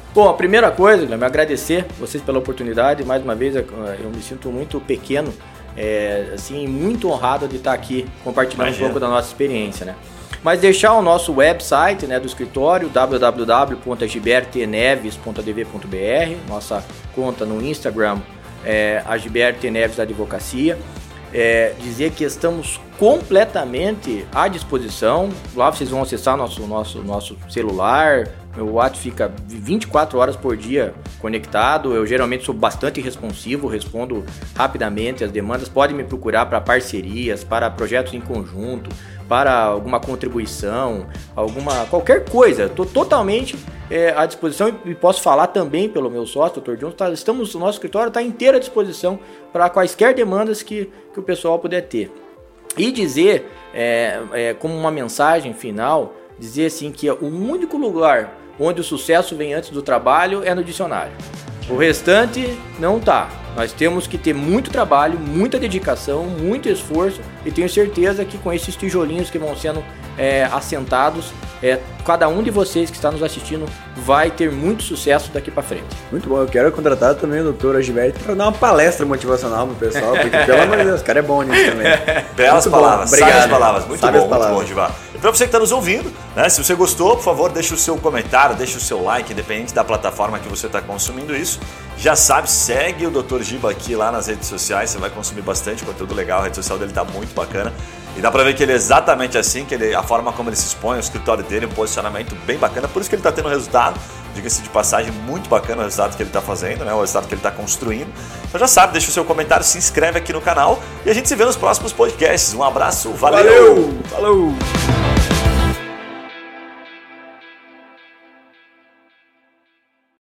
Bom, a primeira coisa, Guilherme, agradecer vocês pela oportunidade. Mais uma vez, eu me sinto muito pequeno, é, assim, muito honrado de estar aqui compartilhando Imagina. um pouco da nossa experiência, né? Mas deixar o nosso website, né, do escritório, w w w ponto agibert neves ponto a d v ponto b r, nossa conta no Instagram, é, Agibert Neves Advocacia. É, dizer que estamos completamente à disposição. Lá vocês vão acessar nosso, nosso, nosso celular. Meu WhatsApp fica vinte e quatro horas por dia conectado. Eu geralmente sou bastante responsivo, respondo rapidamente as demandas. Podem me procurar para parcerias, para projetos em conjunto, para alguma contribuição, alguma qualquer coisa. Estou totalmente é, à disposição e posso falar também pelo meu sócio, doutor Jones. Tá, estamos, o nosso escritório está inteiro à disposição para quaisquer demandas que, que o pessoal puder ter. E dizer, é, é, como uma mensagem final, dizer assim que o único lugar onde o sucesso vem antes do trabalho é no dicionário. O restante não tá. Nós temos que ter muito trabalho, muita dedicação, muito esforço e tenho certeza que com esses tijolinhos que vão sendo é, assentados, é, cada um de vocês que está nos assistindo vai ter muito sucesso daqui para frente. Muito bom, eu quero contratar também o doutor Agibert para dar uma palestra motivacional pro pessoal, porque pelo amor de Deus, o cara é bom nisso também. Belas muito palavras, sábias palavras, muito Sábias bom, palavras. muito bom, Giba. E para você que está nos ouvindo, né, se você gostou, por favor, deixa o seu comentário, deixa o seu like, independente da plataforma que você está consumindo isso. Já sabe, segue o doutor Giba aqui lá nas redes sociais, você vai consumir bastante conteúdo legal, a rede social dele está muito bacana. E dá pra ver que ele é exatamente assim, que ele, a forma como ele se expõe, o escritório dele, um posicionamento bem bacana, por isso que ele tá tendo resultado, diga-se de passagem, muito bacana o resultado que ele tá fazendo, né? O resultado que ele tá construindo. Então já sabe, deixa o seu comentário, se inscreve aqui no canal e a gente se vê nos próximos podcasts. Um abraço, valeu! Valeu! Falou!